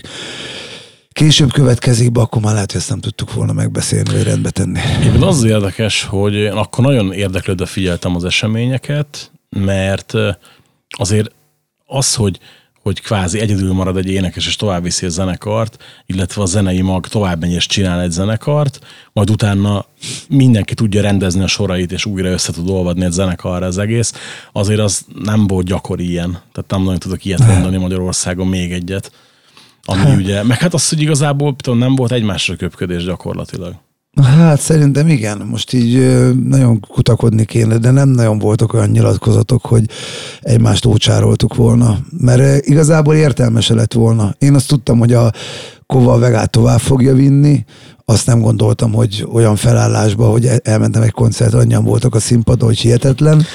később következik be, akkor már lehet, hogy ezt nem tudtuk volna megbeszélni, vagy rendbe tenni. Éppen az érdekes, hogy én akkor nagyon érdeklődve figyeltem az eseményeket, mert azért az, hogy kvázi egyedül marad egy énekes, és tovább viszi a zenekart, illetve a zenei mag tovább megy és csinál egy zenekart, majd utána mindenki tudja rendezni a sorait, és újra össze tud olvadni egy zenekarra az egész, azért az nem volt gyakori ilyen. Tehát nem nagyon tudok ilyet mondani Magyarországon, még egyet. Ami ugye, meg hát az, hogy igazából nem volt egymásra köpködés gyakorlatilag. Hát szerintem igen, most így nagyon kutakodni kéne, de nem nagyon voltak olyan nyilatkozatok, hogy egymást ócsároltuk volna, mert igazából értelmes lett volna. Én azt tudtam, hogy a Kova a Vegát tovább fogja vinni, azt nem gondoltam, hogy olyan felállásba, hogy elmentem egy koncertre, annyian voltak a színpadon, hogy hihetetlen.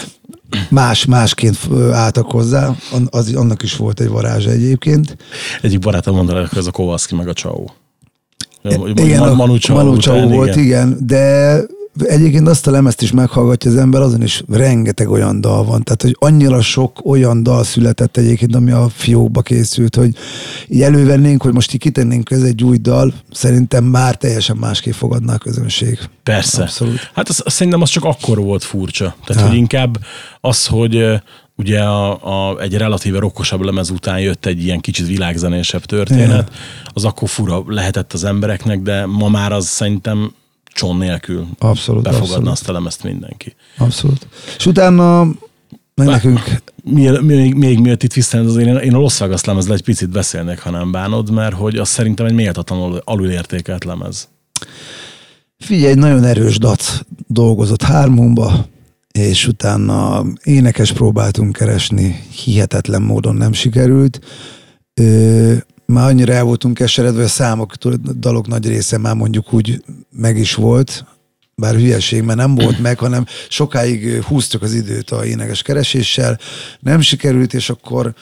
Másként álltak hozzá, annak is volt egy varázsa egyébként. Egyik barátom mondta, hogy ez a Kowalski meg a Csau. Igen, Manu Chao volt, igen, de egyébként azt a lemezt is meghallgatja az ember, azon is rengeteg olyan dal van, tehát hogy annyira sok olyan dal született egyébként, ami a fiókba készült, hogy így elővennénk, hogy most így kitennénk ez egy új dal, szerintem már teljesen másképp fogadná a közönség. Persze. Abszolút. Hát szerintem az csak akkor volt furcsa. Tehát, hogy inkább az, hogy ugye egy relatíve rockosabb lemez után jött egy ilyen kicsit világzenésebb történet, az akkor fura lehetett az embereknek, de ma már az szerintem cson nélkül befogadna azt a lemezt mindenki. Abszolút. És utána nekünk... Még miatt itt visszajön, azért én a Los Vegas lemezle egy picit beszélnék, ha nem bánod, mert hogy az szerintem egy méltatlanul alulértékelt lemez. Figyelj, egy nagyon erős dac dolgozott hármunkba, és utána énekes próbáltunk keresni, hihetetlen módon nem sikerült. Már annyira el voltunk keseredve, hogy a számok, dalok nagy része már mondjuk úgy meg is volt, bár hülyeség, mert nem volt meg, hanem sokáig húztuk az időt a énekes kereséssel, nem sikerült, és akkor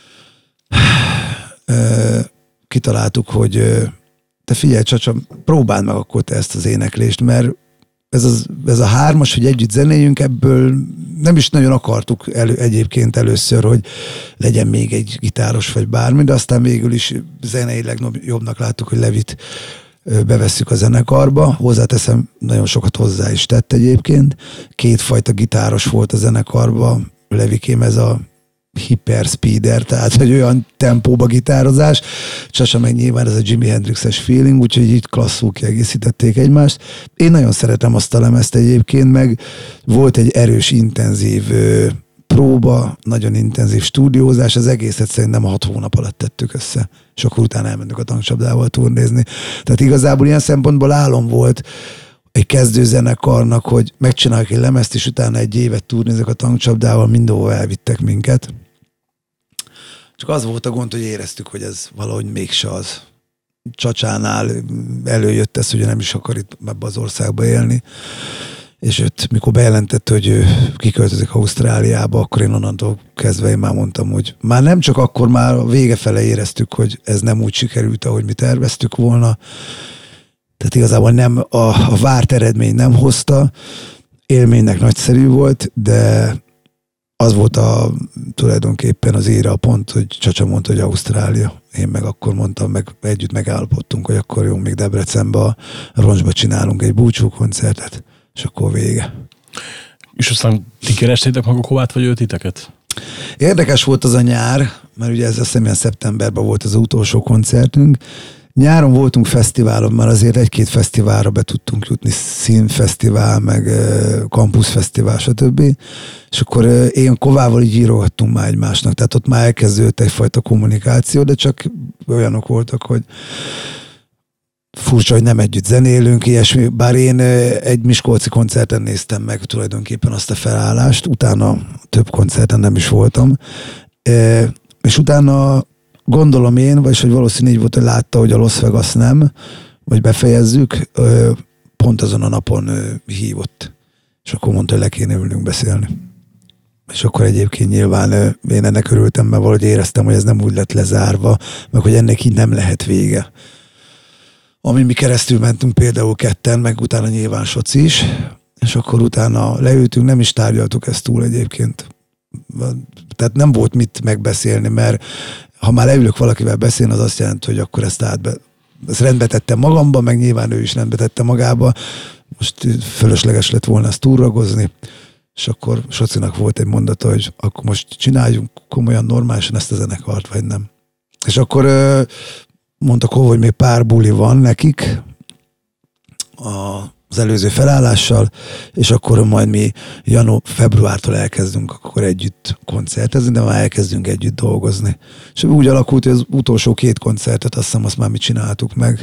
kitaláltuk, hogy te figyelj, Csacsa, próbáld meg akkor te ezt az éneklést, mert ez a hármas, hogy együtt zenéljünk, ebből nem is nagyon akartuk egyébként először, hogy legyen még egy gitáros vagy bármi, de aztán végül is zeneileg jobbnak láttuk, hogy Levit bevesszük a zenekarba. Hozzáteszem, nagyon sokat hozzá is tett egyébként. 2 fajta gitáros volt a zenekarban. Levikém ez a hiperspeeder, tehát egy olyan tempóba gitározás. Csasa meg nyilván ez a Jimi Hendrixes feeling, úgyhogy így klasszul kiegészítették egymást. Én nagyon szeretem azt a lemezt egyébként, meg volt egy erős, intenzív próba, nagyon intenzív stúdiózás, az egészet szerintem 6 hónap alatt tettük össze, és akkor utána elmentünk a Tankcsapdával turnézni. Tehát igazából ilyen szempontból álom volt egy kezdőzenekarnak, hogy megcsináljuk egy lemezt, és utána egy évet turnézek a Tankcsapdával, mindenhol elvittek minket. Csak az volt a gond, hogy éreztük, hogy ez valahogy mégse az. Csacsánál előjött ez, hogy nem is akar itt ebbe az országba élni. És őt, mikor bejelentett, hogy ő kiköltözik Ausztráliába, akkor én onnantól kezdve én már mondtam, hogy már nem csak akkor, már a vége fele éreztük, hogy ez nem úgy sikerült, ahogy mi terveztük volna. Tehát igazából nem a várt eredmény nem hozta, élménynek nagyszerű volt, de az volt tulajdonképpen az éra a pont, hogy Csacsa mondta, hogy Ausztrália. Én meg akkor mondtam, meg együtt megállapodtunk, hogy akkor jó, még Debrecenbe a Roncsba csinálunk egy búcsúkoncertet, és akkor vége. És aztán ti kerestétek magukovát, vagy ő titeket? Érdekes volt az a nyár, mert ugye ez azt hiszem, szeptemberben volt az utolsó koncertünk. Nyáron voltunk fesztiválon, már azért 1-2 fesztiválra be tudtunk jutni, Színfesztivál, meg Kampuszfesztivál, stb. És akkor én Kovával így írogattunk már egymásnak, tehát ott már elkezdődött egyfajta kommunikáció, de csak olyanok voltak, hogy furcsa, hogy nem együtt zenélünk, ilyesmi, bár én egy miskolci koncerten néztem meg tulajdonképpen azt a felállást, utána több koncerten nem is voltam, és utána gondolom én, vagyis hogy valószínű így volt, hogy látta, hogy a Las Vegas nem, vagy befejezzük, pont azon a napon hívott. És akkor mondta, hogy le kéne ülnünk beszélni. És akkor egyébként nyilván én ennek örültem, mert valahogy éreztem, hogy ez nem úgy lett lezárva, meg hogy ennek így nem lehet vége. Amin mi keresztül mentünk például ketten, meg utána nyilván Soci is, és akkor utána leültünk, nem is tárgyaltuk ezt túl egyébként. Tehát nem volt mit megbeszélni, mert ha már leülök valakivel beszélni, az azt jelenti, hogy akkor ezt rendbe tettem magamba, meg nyilván ő is rendbe tette magába. Most fölösleges lett volna ezt túlragozni, és akkor Socinak volt egy mondata, hogy akkor most csináljunk komolyan, normálisan ezt a zenekart, vagy nem. És akkor mondtak, hogy még pár buli van nekik az előző felállással, és akkor majd mi februártól elkezdünk akkor együtt koncertezni, de már elkezdünk együtt dolgozni. És úgy alakult, hogy az utolsó 2 koncertet, azt hiszem, azt már mi csináltuk meg.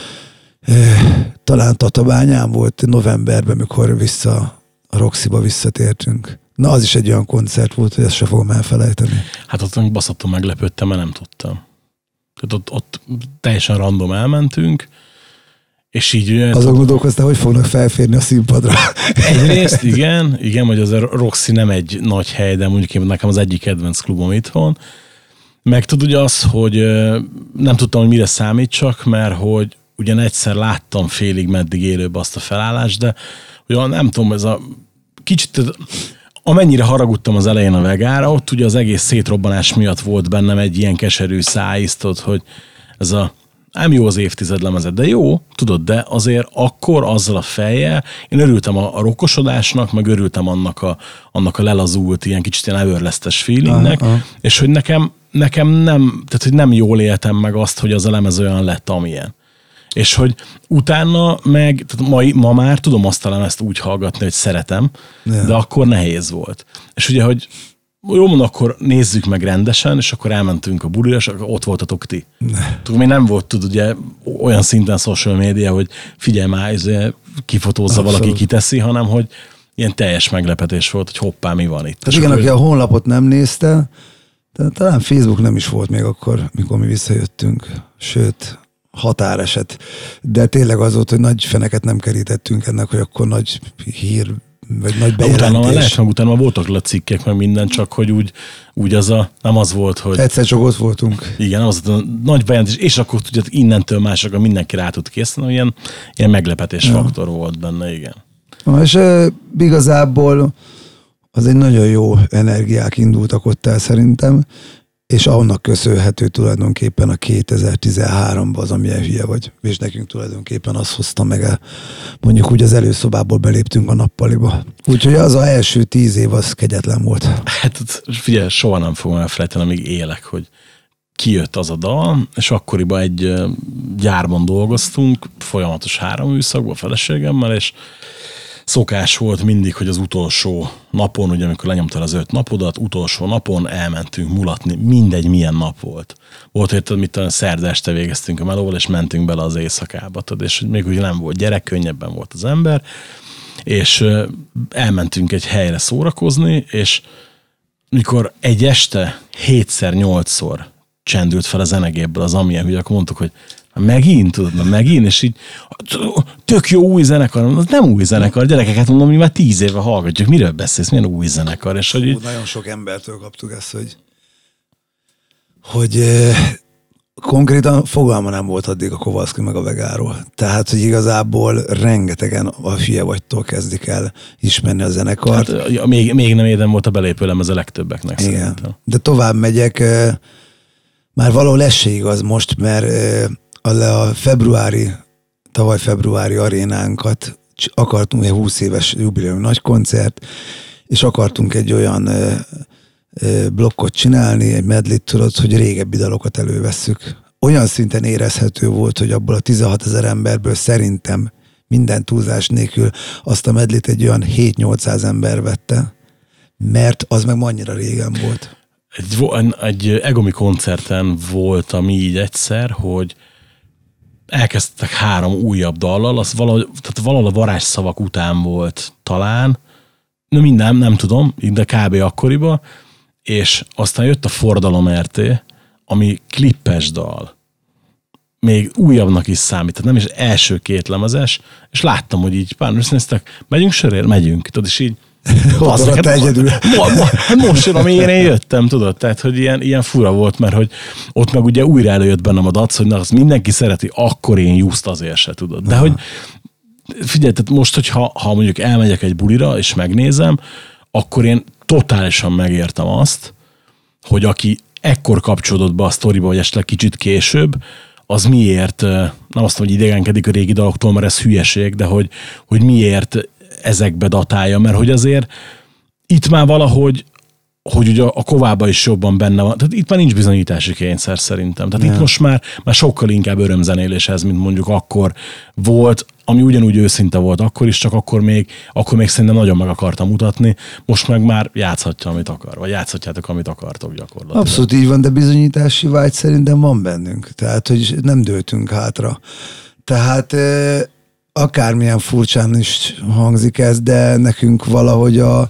Talán Tatabányán volt novemberben, mikor a Roxyba visszatértünk. Na, az is egy olyan koncert volt, hogy ezt se fogom elfelejteni. Hát ott baszottul meglepődtem, mert nem tudtam. Tehát ott teljesen random elmentünk, és így... Azon gondolkoztál, hogy fognak felférni a színpadra. Egyrészt, igen, hogy az a Roxy nem egy nagy hely, de mondjuk nekem az egyik kedvenc klubom itthon. Meg tudod ugye az, hogy nem tudtam, hogy mire számítsak, mert hogy ugyan egyszer láttam félig meddig élőbe azt a felállást, de olyan nem tudom, ez a kicsit... Amennyire haragudtam az elején a Vegára, ott ugye az egész szétrobbanás miatt volt bennem egy ilyen keserű szájíztot, hogy ez a nem jó az évtized lemezet, de jó, tudod, de azért akkor azzal a fejjel én örültem a rokkosodásnak, meg örültem annak a lelazult, ilyen kicsit ilyen everlesztes feelingnek, és hogy nekem nem, tehát hogy nem jól éltem meg azt, hogy az a lemez olyan lett, amilyen. És hogy utána meg, tehát ma már tudom azt a lemezt úgy hallgatni, hogy szeretem, de akkor nehéz volt. És ugye, hogy jó, mondom, akkor nézzük meg rendesen, és akkor elmentünk a bulira, és ott voltatok ti. Mi nem volt, ugye, olyan szinten social media, hogy figyelj már, kifotózza valaki, kiteszi, hanem hogy ilyen teljes meglepetés volt, hogy hoppá, mi van itt. Tehát igen, aki a honlapot nem nézte, talán Facebook nem is volt még akkor, mikor mi visszajöttünk. Sőt, határeset. De tényleg az volt, hogy nagy feneket nem kerítettünk ennek, hogy akkor nagy hír, vagy nagy bejelentés. Utána voltak le cikkek, meg minden, csak hogy úgy nem az volt, hogy... Egyszer csak ott voltunk. Igen, az a nagy bejelentés, és akkor tudja, innentől másokra mindenki rá tud készíteni, ilyen meglepetés faktor volt benne, igen. És igazából az egy nagyon jó energiák indultak ott el szerintem, és annak köszönhető tulajdonképpen a 2013-ban az, amilyen hülye vagy. És nekünk tulajdonképpen azt hozta meg, mondjuk úgy az előszobából beléptünk a nappaliba. Úgyhogy az az első 10 év az kegyetlen volt. Hát figyelj, soha nem fogom elfelejteni, amíg élek, hogy kijött az a dal, és akkoriban egy gyárban dolgoztunk, folyamatos 3 műszakban a feleségemmel, és szokás volt mindig, hogy az utolsó napon, ugye amikor lenyomtál az 5 napodat, utolsó napon elmentünk mulatni, mindegy milyen nap volt. Volt, érted, mit talán szerda este végeztünk a melóval, és mentünk bele az éjszakába, és még ugye nem volt gyerek, könnyebben volt az ember, és elmentünk egy helyre szórakozni, és mikor egy este 7-8-szor csendült fel a zenegépből az amilyen hülye, akkor mondtuk, hogy megint, tudod, megint, és így tök jó új zenekar, az nem új zenekar, gyerekeket mondom, mi már 10 éve hallgatjuk, miről beszélsz, milyen új zenekar, és hogy így... Nagyon sok embertől kaptuk ezt, hogy konkrétan fogalma nem volt addig a Kowalski meg a Vegáról. Tehát, hogy igazából rengetegen a hülye vagytól kezdik el ismerni a zenekart. Hát, még nem érdem volt a belépőlem ez a legtöbbeknek. Igen. Szerintem. De tovább megyek, már valahol ez se igaz most, mert tavaly februári arénánkat akartunk, egy 20 éves jubileum nagy koncert, és akartunk egy olyan blokkot csinálni, egy medlit, tudod, hogy régebbi dalokat elővesszük. Olyan szinten érezhető volt, hogy abból a 16 000 emberből szerintem minden túlzás nélkül azt a medlit egy olyan 7-800 ember vette, mert az meg annyira régen volt. Egy Egomi koncerten voltam így egyszer, hogy elkezdtek 3 újabb dallal, az valahol a varázsszavak után volt talán, nem tudom, de kb. Akkoriban, és aztán jött a Fordalom RT, ami klippes dal. Még újabbnak is számít, tehát nem is első 2 lemezes, és láttam, hogy így pár néztek, megyünk sörér? Megyünk. Tudod, és így Ott egyedül. Most jön, amilyen én jöttem, tudod? Tehát, hogy ilyen fura volt, mert hogy ott meg ugye újra előjött bennem a dac, hogy na, azt mindenki szereti, akkor én just azért se, tudod. De hogy figyelj, tehát most, hogyha mondjuk elmegyek egy bulira, és megnézem, akkor én totálisan megértem azt, hogy aki ekkor kapcsolódott be a sztoriba, vagy esetleg kicsit később, az miért, nem azt mondom, hogy idegenkedik a régi daloktól, mert ez hülyeség, de hogy miért ezekbe datálja, mert hogy azért itt már valahogy, hogy ugye a Kovában is jobban benne van, tehát itt már nincs bizonyítási kényszer szerintem. Tehát itt most már sokkal inkább örömzenélés ez, mint mondjuk akkor volt, ami ugyanúgy őszinte volt akkor is, csak akkor még szerintem nagyon meg akartam mutatni, most meg már játszhatja, amit akar, vagy játszhatjátok, amit akartok gyakorlatilag. Abszolút így van, de bizonyítási vágy szerintem van bennünk, tehát hogy nem dőltünk hátra. Tehát akármilyen furcsán is hangzik ez, de nekünk valahogy a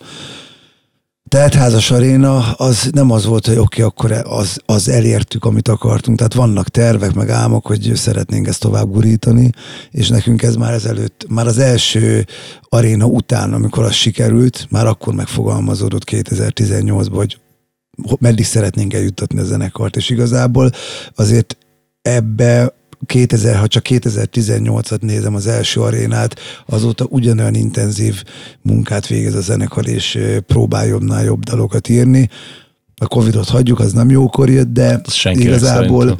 teltházas aréna az nem az volt, hogy oké, akkor az elértük, amit akartunk. Tehát vannak tervek, meg álmok, hogy szeretnénk ezt tovább gurítani, és nekünk ez már ezelőtt, már az első aréna után, amikor az sikerült, már akkor megfogalmazódott 2018-ban, hogy meddig szeretnénk eljuttatni a zenekart, és igazából azért ebbe ha csak 2018-at nézem, az első arénát, azóta ugyanolyan intenzív munkát végez a zenekar, és próbál jobbnál jobb dalokat írni. A Covidot hagyjuk, az nem jókor jött, de igazából,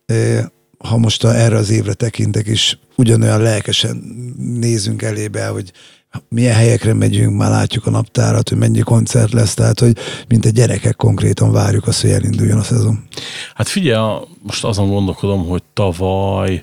ha most erre az évre tekintek, és ugyanolyan lelkesen nézünk elébe, hogy milyen helyekre megyünk, már látjuk a naptárat, hogy mennyi koncert lesz, tehát, hogy mint a gyerekek konkrétan várjuk azt, hogy elinduljon a szezon. Hát figyelj, most azon gondolkodom, hogy tavaly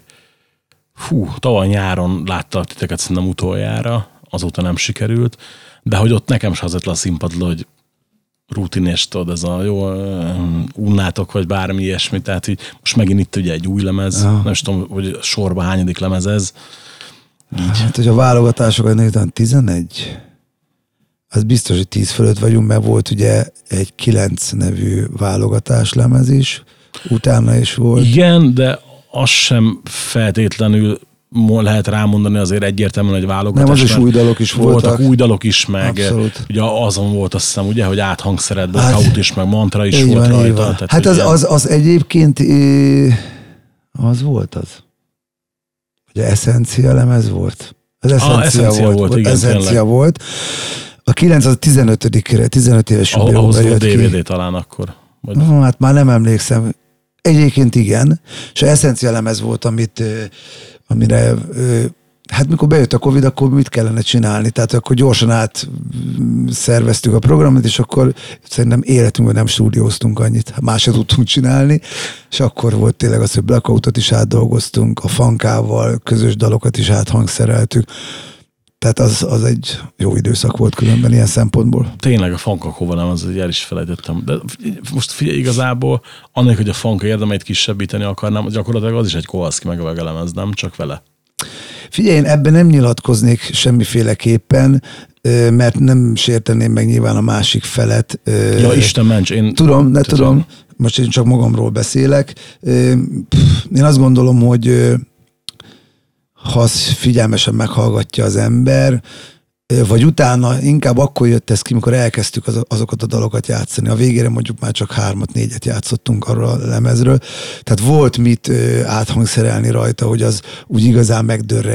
nyáron láttalak titeket szerintem utoljára, azóta nem sikerült, de hogy ott nekem is az lett le a színpadról, hogy rutinés, tudod, ez a jó, unnátok, vagy bármi ilyesmi, tehát így most megint itt ugye egy új lemez, nem is tudom, hogy sorban hányadik lemez ez. Így. Hát, hogy a válogatásokat nézem, 11? Az biztos, hogy 10 fölött vagyunk, mert volt ugye egy 9 nevű válogatás lemez is, utána is volt. Igen, de az sem feltétlenül lehet rámondani azért egyértelműen, hogy válogatás. Nem, az is új dalok is voltak. Voltak új dalok is, meg abszolút. Ugye azon volt azt hiszem, ugye, hogy áthangszeredben Kaut is, meg Mantra is volt rajta. Tehát, hát az egyébként az volt az. Ugye Essencia lemez volt? Az Essencia volt, igen, Essencia volt. A 9 az 15 éves jubileumra jött ki. DVD talán akkor. Vagy... Hát már nem emlékszem. Egyébként igen, és Essencia lemez volt, amire hát mikor bejött a Covid, akkor mit kellene csinálni? Tehát akkor gyorsan átszerveztük a programot, és akkor szerintem életünkben nem stúdióztunk annyit, más se tudtunk csinálni, és akkor volt tényleg az, hogy Blackoutot is átdolgoztunk, a Funkával közös dalokat is áthangszereltük. Tehát az egy jó időszak volt különben ilyen szempontból. Tényleg a Funkak hova nem, az el is felejtettem. De most figyelj, igazából annak, hogy a Funk érdemeit kisebbíteni akarnám, gyakorlatilag az is egy Kowalski meg a lemez, nem csak vele. Figyelj, én ebben nem nyilatkoznék semmiféleképpen, mert nem sérteném meg nyilván a másik felet. Ja, Isten ments, én... Tudom, most én csak magamról beszélek. Én azt gondolom, hogy ha azt figyelmesen meghallgatja az ember, vagy utána inkább akkor jött ez ki, mikor elkezdtük azokat a dalokat játszani. A végére mondjuk már csak 3-4 játszottunk arról a lemezről. Tehát volt mit áthangszerelni rajta, hogy az úgy igazán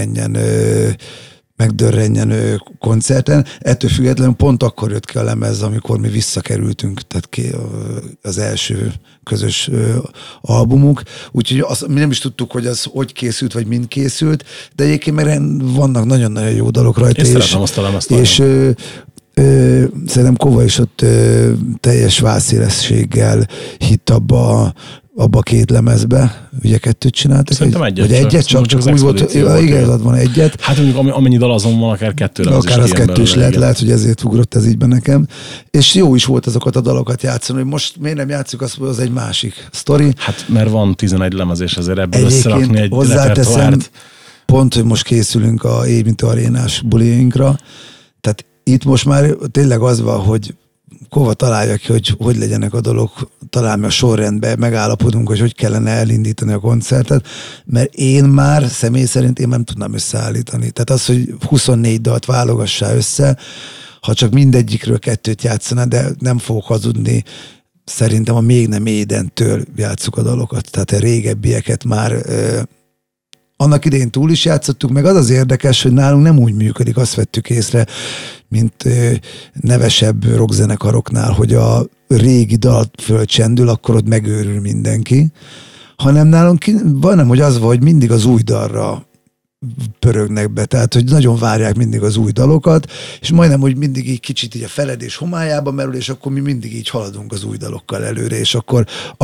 megdörrenjen koncerten. Ettől függetlenül pont akkor jött ki a lemez, amikor mi visszakerültünk, tehát az első közös albumuk. Úgyhogy mi nem is tudtuk, hogy az hogy készült, vagy mind készült, de egyébként meg vannak nagyon-nagyon jó dalok rajta. Én szeretem azt a lemezt. És szerintem Kova is ott teljes vászélességgel hitt abba a két lemezbe. Ugye 2 csináltak? Szerintem egyet. Vagy egyet csak úgy volt. Igen, ott van egyet. Hát mondjuk amennyi dal azon van, akár 2 lemez akár az 2 is lehet, hogy ezért ugrott ez így be nekem. És jó is volt azokat a dalokat játszani, hogy most miért nem játszuk, az egy másik sztori. Hát mert van 11 lemez, és azért ebből összerakni egy repertoárt. Pont, hogy most készülünk a Évintő Arénás buliainkra. Tehát itt most már tényleg az van, hogy Kova találja ki, hogy legyenek a dolgok, talán a sorrendben megállapodunk, hogy kellene elindítani a koncertet, mert én már személy szerint én nem tudnám összeállítani. Tehát az, hogy 24 dalt válogassá össze, ha csak mindegyikről 2 játszana, de nem fogok hazudni, szerintem a Még nem Édentől játsszuk a dalokat. Tehát a régebbieket már annak idején túl is játszottuk, meg az érdekes, hogy nálunk nem úgy működik, azt vettük észre, mint nevesebb rockzenekaroknál, hogy a régi dal fölcsendül, akkor ott megőrül mindenki, hanem nálunk van, hogy az van, hogy mindig az új dalra pörögnek be, tehát hogy nagyon várják mindig az új dalokat, és majdnem, hogy mindig így kicsit így a feledés homályába merül, és akkor mi mindig így haladunk az új dalokkal előre, és akkor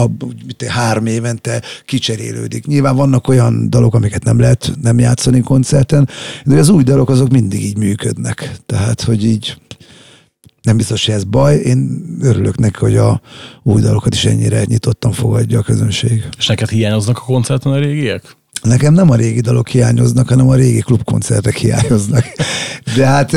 3 évente kicserélődik. Nyilván vannak olyan dalok, amiket nem lehet nem játszani koncerten, de az új dalok azok mindig így működnek. Tehát, hogy így nem biztos, hogy ez baj. Én örülök neki, hogy a új dalokat is ennyire nyitottan fogadja a közönség. És neked hiányoznak a koncerten a régiek? Nekem nem a régi dalok hiányoznak, hanem a régi klubkoncertek hiányoznak. De hát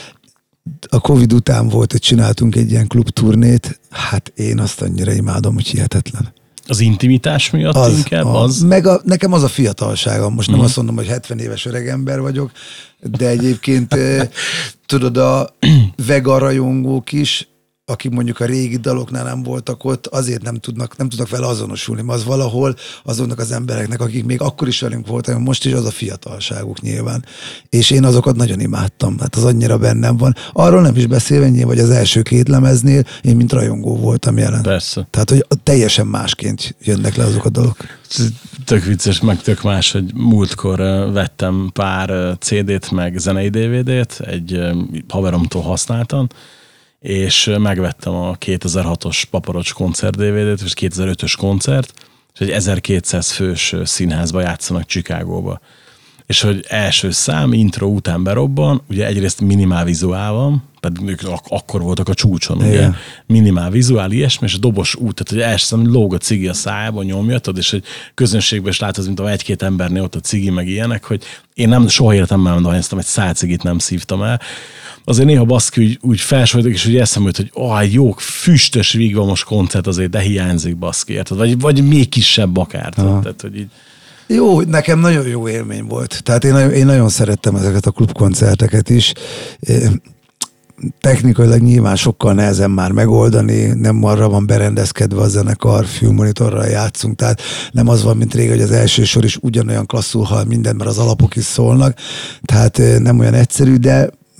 a Covid után volt, hogy csináltunk egy ilyen klubturnét, hát én azt annyira imádom, hogy hihetetlen. Az intimitás miatt inkább? Nekem az a fiatalságom. Most nem azt mondom, hogy 70 éves öregember vagyok, de egyébként tudod, a vega rajongók is, akik mondjuk a régi daloknál nem voltak ott, azért nem tudnak vele azonosulni, mert az valahol azoknak az embereknek, akik még akkor is velünk voltak, most is az a fiatalságuk nyilván. És én azokat nagyon imádtam, hát az annyira bennem van. Arról nem is beszélve, nyilván, vagy az első 2 lemeznél én mint rajongó voltam jelen. Persze. Tehát, hogy teljesen másként jönnek le azok a dalok. Tök vicces, meg tök más, hogy múltkor vettem pár CD-t, meg zenei DVD-t, egy haveromtól használtan, és megvettem a 2006-os Paparocs koncert DVD-t, és 2005-ös koncert, és egy 1200 fős színházba játszanak Chicagóba. És hogy első szám, intro után berobban, ugye egyrészt minimál vizuál van, pedig ők akkor voltak a csúcson, ugye, yeah. Minimál vizuál, ilyesmi, és a dobos út, tehát hogy első szám lóg a cigi a szájában, nyomjatod, és hogy közönségben is látod, mint a 1-2 embernél ott a cigi, meg ilyenek, hogy én nem soha életemben nem dohányoztam, egy 100 cigit nem szívtam el. Azért néha baszki úgy felsoroljak, és úgy eszembe jut, hogy jó, füstös most koncert azért, de hiányzik baszki, érted? Vagy még kisebb akár. Tehát, hogy így... Jó, nekem nagyon jó élmény volt. Tehát én nagyon szerettem ezeket a klubkoncerteket is. Technikailag nyilván sokkal nehezebb már megoldani, nem arra van berendezkedve a zenekar, fülmonitorral játszunk, tehát nem az van, mint régen, hogy az első sor is ugyanolyan klasszul hall minden, mert az alapok is szólnak, tehát nem olyan egyszerű, de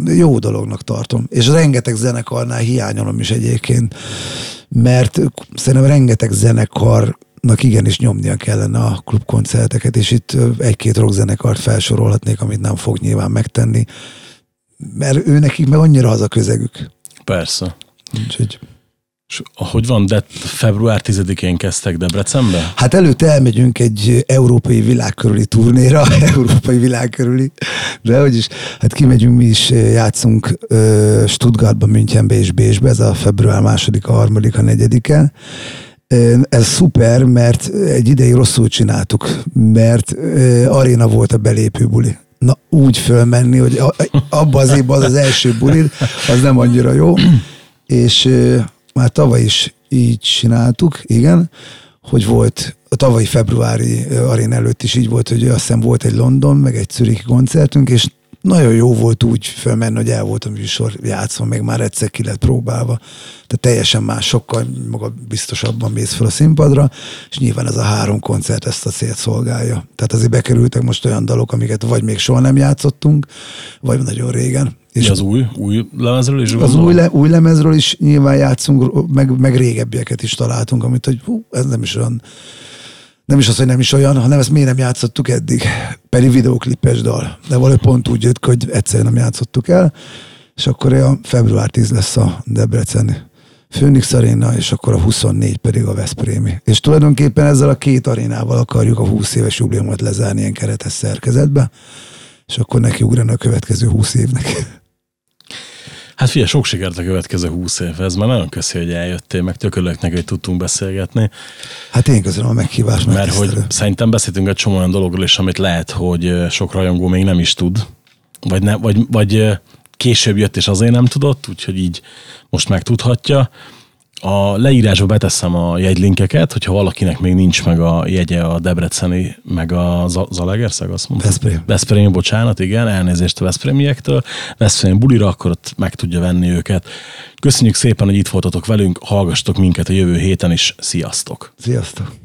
jó dolognak tartom. És rengeteg zenekarnál hiányolom is egyébként, mert szerintem rengeteg zenekarnak igenis nyomnia kellene a klubkoncerteket, és itt egy-két rockzenekart felsorolhatnék, amit nem fog nyilván megtenni, mert nekik meg annyira az a közegük. Persze. Úgyhogy... És hogy van, de február 10-én kezdtek Debrecenbe? Hát előtte elmegyünk egy európai világkörüli turnéra, európai világkörüli, de hogy is, hát kimegyünk, mi is játszunk Stuttgartban, Münchenbe és Bécsbe, ez a február 2-a, 3-a, 4-e. Ez szuper, mert egy ideig rosszul csináltuk, mert aréna volt a belépő buli. Na, úgy fölmenni, hogy abba az évben az első buli, az nem annyira jó, és már tavaly is így csináltuk, igen, hogy volt, a tavalyi februári aréna előtt is így volt, hogy azt hiszem volt egy London, meg egy zürichi koncertünk, és nagyon jó volt úgy felmenni, hogy el volt a műsor játszva, meg már egyszer ki lett próbálva. Tehát teljesen más, sokkal magabiztosabban mész fel a színpadra, és nyilván ez a 3 koncert ezt a célt szolgálja. Tehát azért bekerültek most olyan dalok, amiket vagy még soha nem játszottunk, vagy nagyon régen. És az új lemezről is? Az új lemezről is nyilván játszunk, meg régebbieket is találtunk, amit, hogy ez nem is olyan, nem is az, hogy nem is olyan, hanem ezt miért nem játszottuk eddig. Pedig videóklipes dal. De valahogy pont úgy jött, hogy egyszerűen nem játszottuk el, és akkor a február 10 lesz a Debreceni Phoenix Arena, és akkor a 24 pedig a Veszprémi. És tulajdonképpen ezzel a 2 arénával akarjuk a 20 éves jubileumot lezárni ilyen keretes szerkezetbe, és akkor neki ugrani a következő 20 évnek. Hát figyelj, sok sikert a következő 20 évhez, mert nagyon köszi, hogy eljöttél, meg tök örülök neki, hogy tudtunk beszélgetni. Hát én köszönöm a meghívást. Mert hogy szerintem beszéltünk egy csomó olyan dologról is, amit lehet, hogy sok rajongó még nem is tud, vagy később jött, és azért nem tudott, úgyhogy így most megtudhatja. A leírásba beteszem a jegylinkeket, hogyha valakinek még nincs meg a jegye a debreceni, meg a Zalaegerszeg, azt mondtam? Veszprém, bocsánat, igen, elnézést a veszprémiektől. Veszprém bulira, akkor ott meg tudja venni őket. Köszönjük szépen, hogy itt voltatok velünk, hallgassatok minket a jövő héten is. Sziasztok! Sziasztok!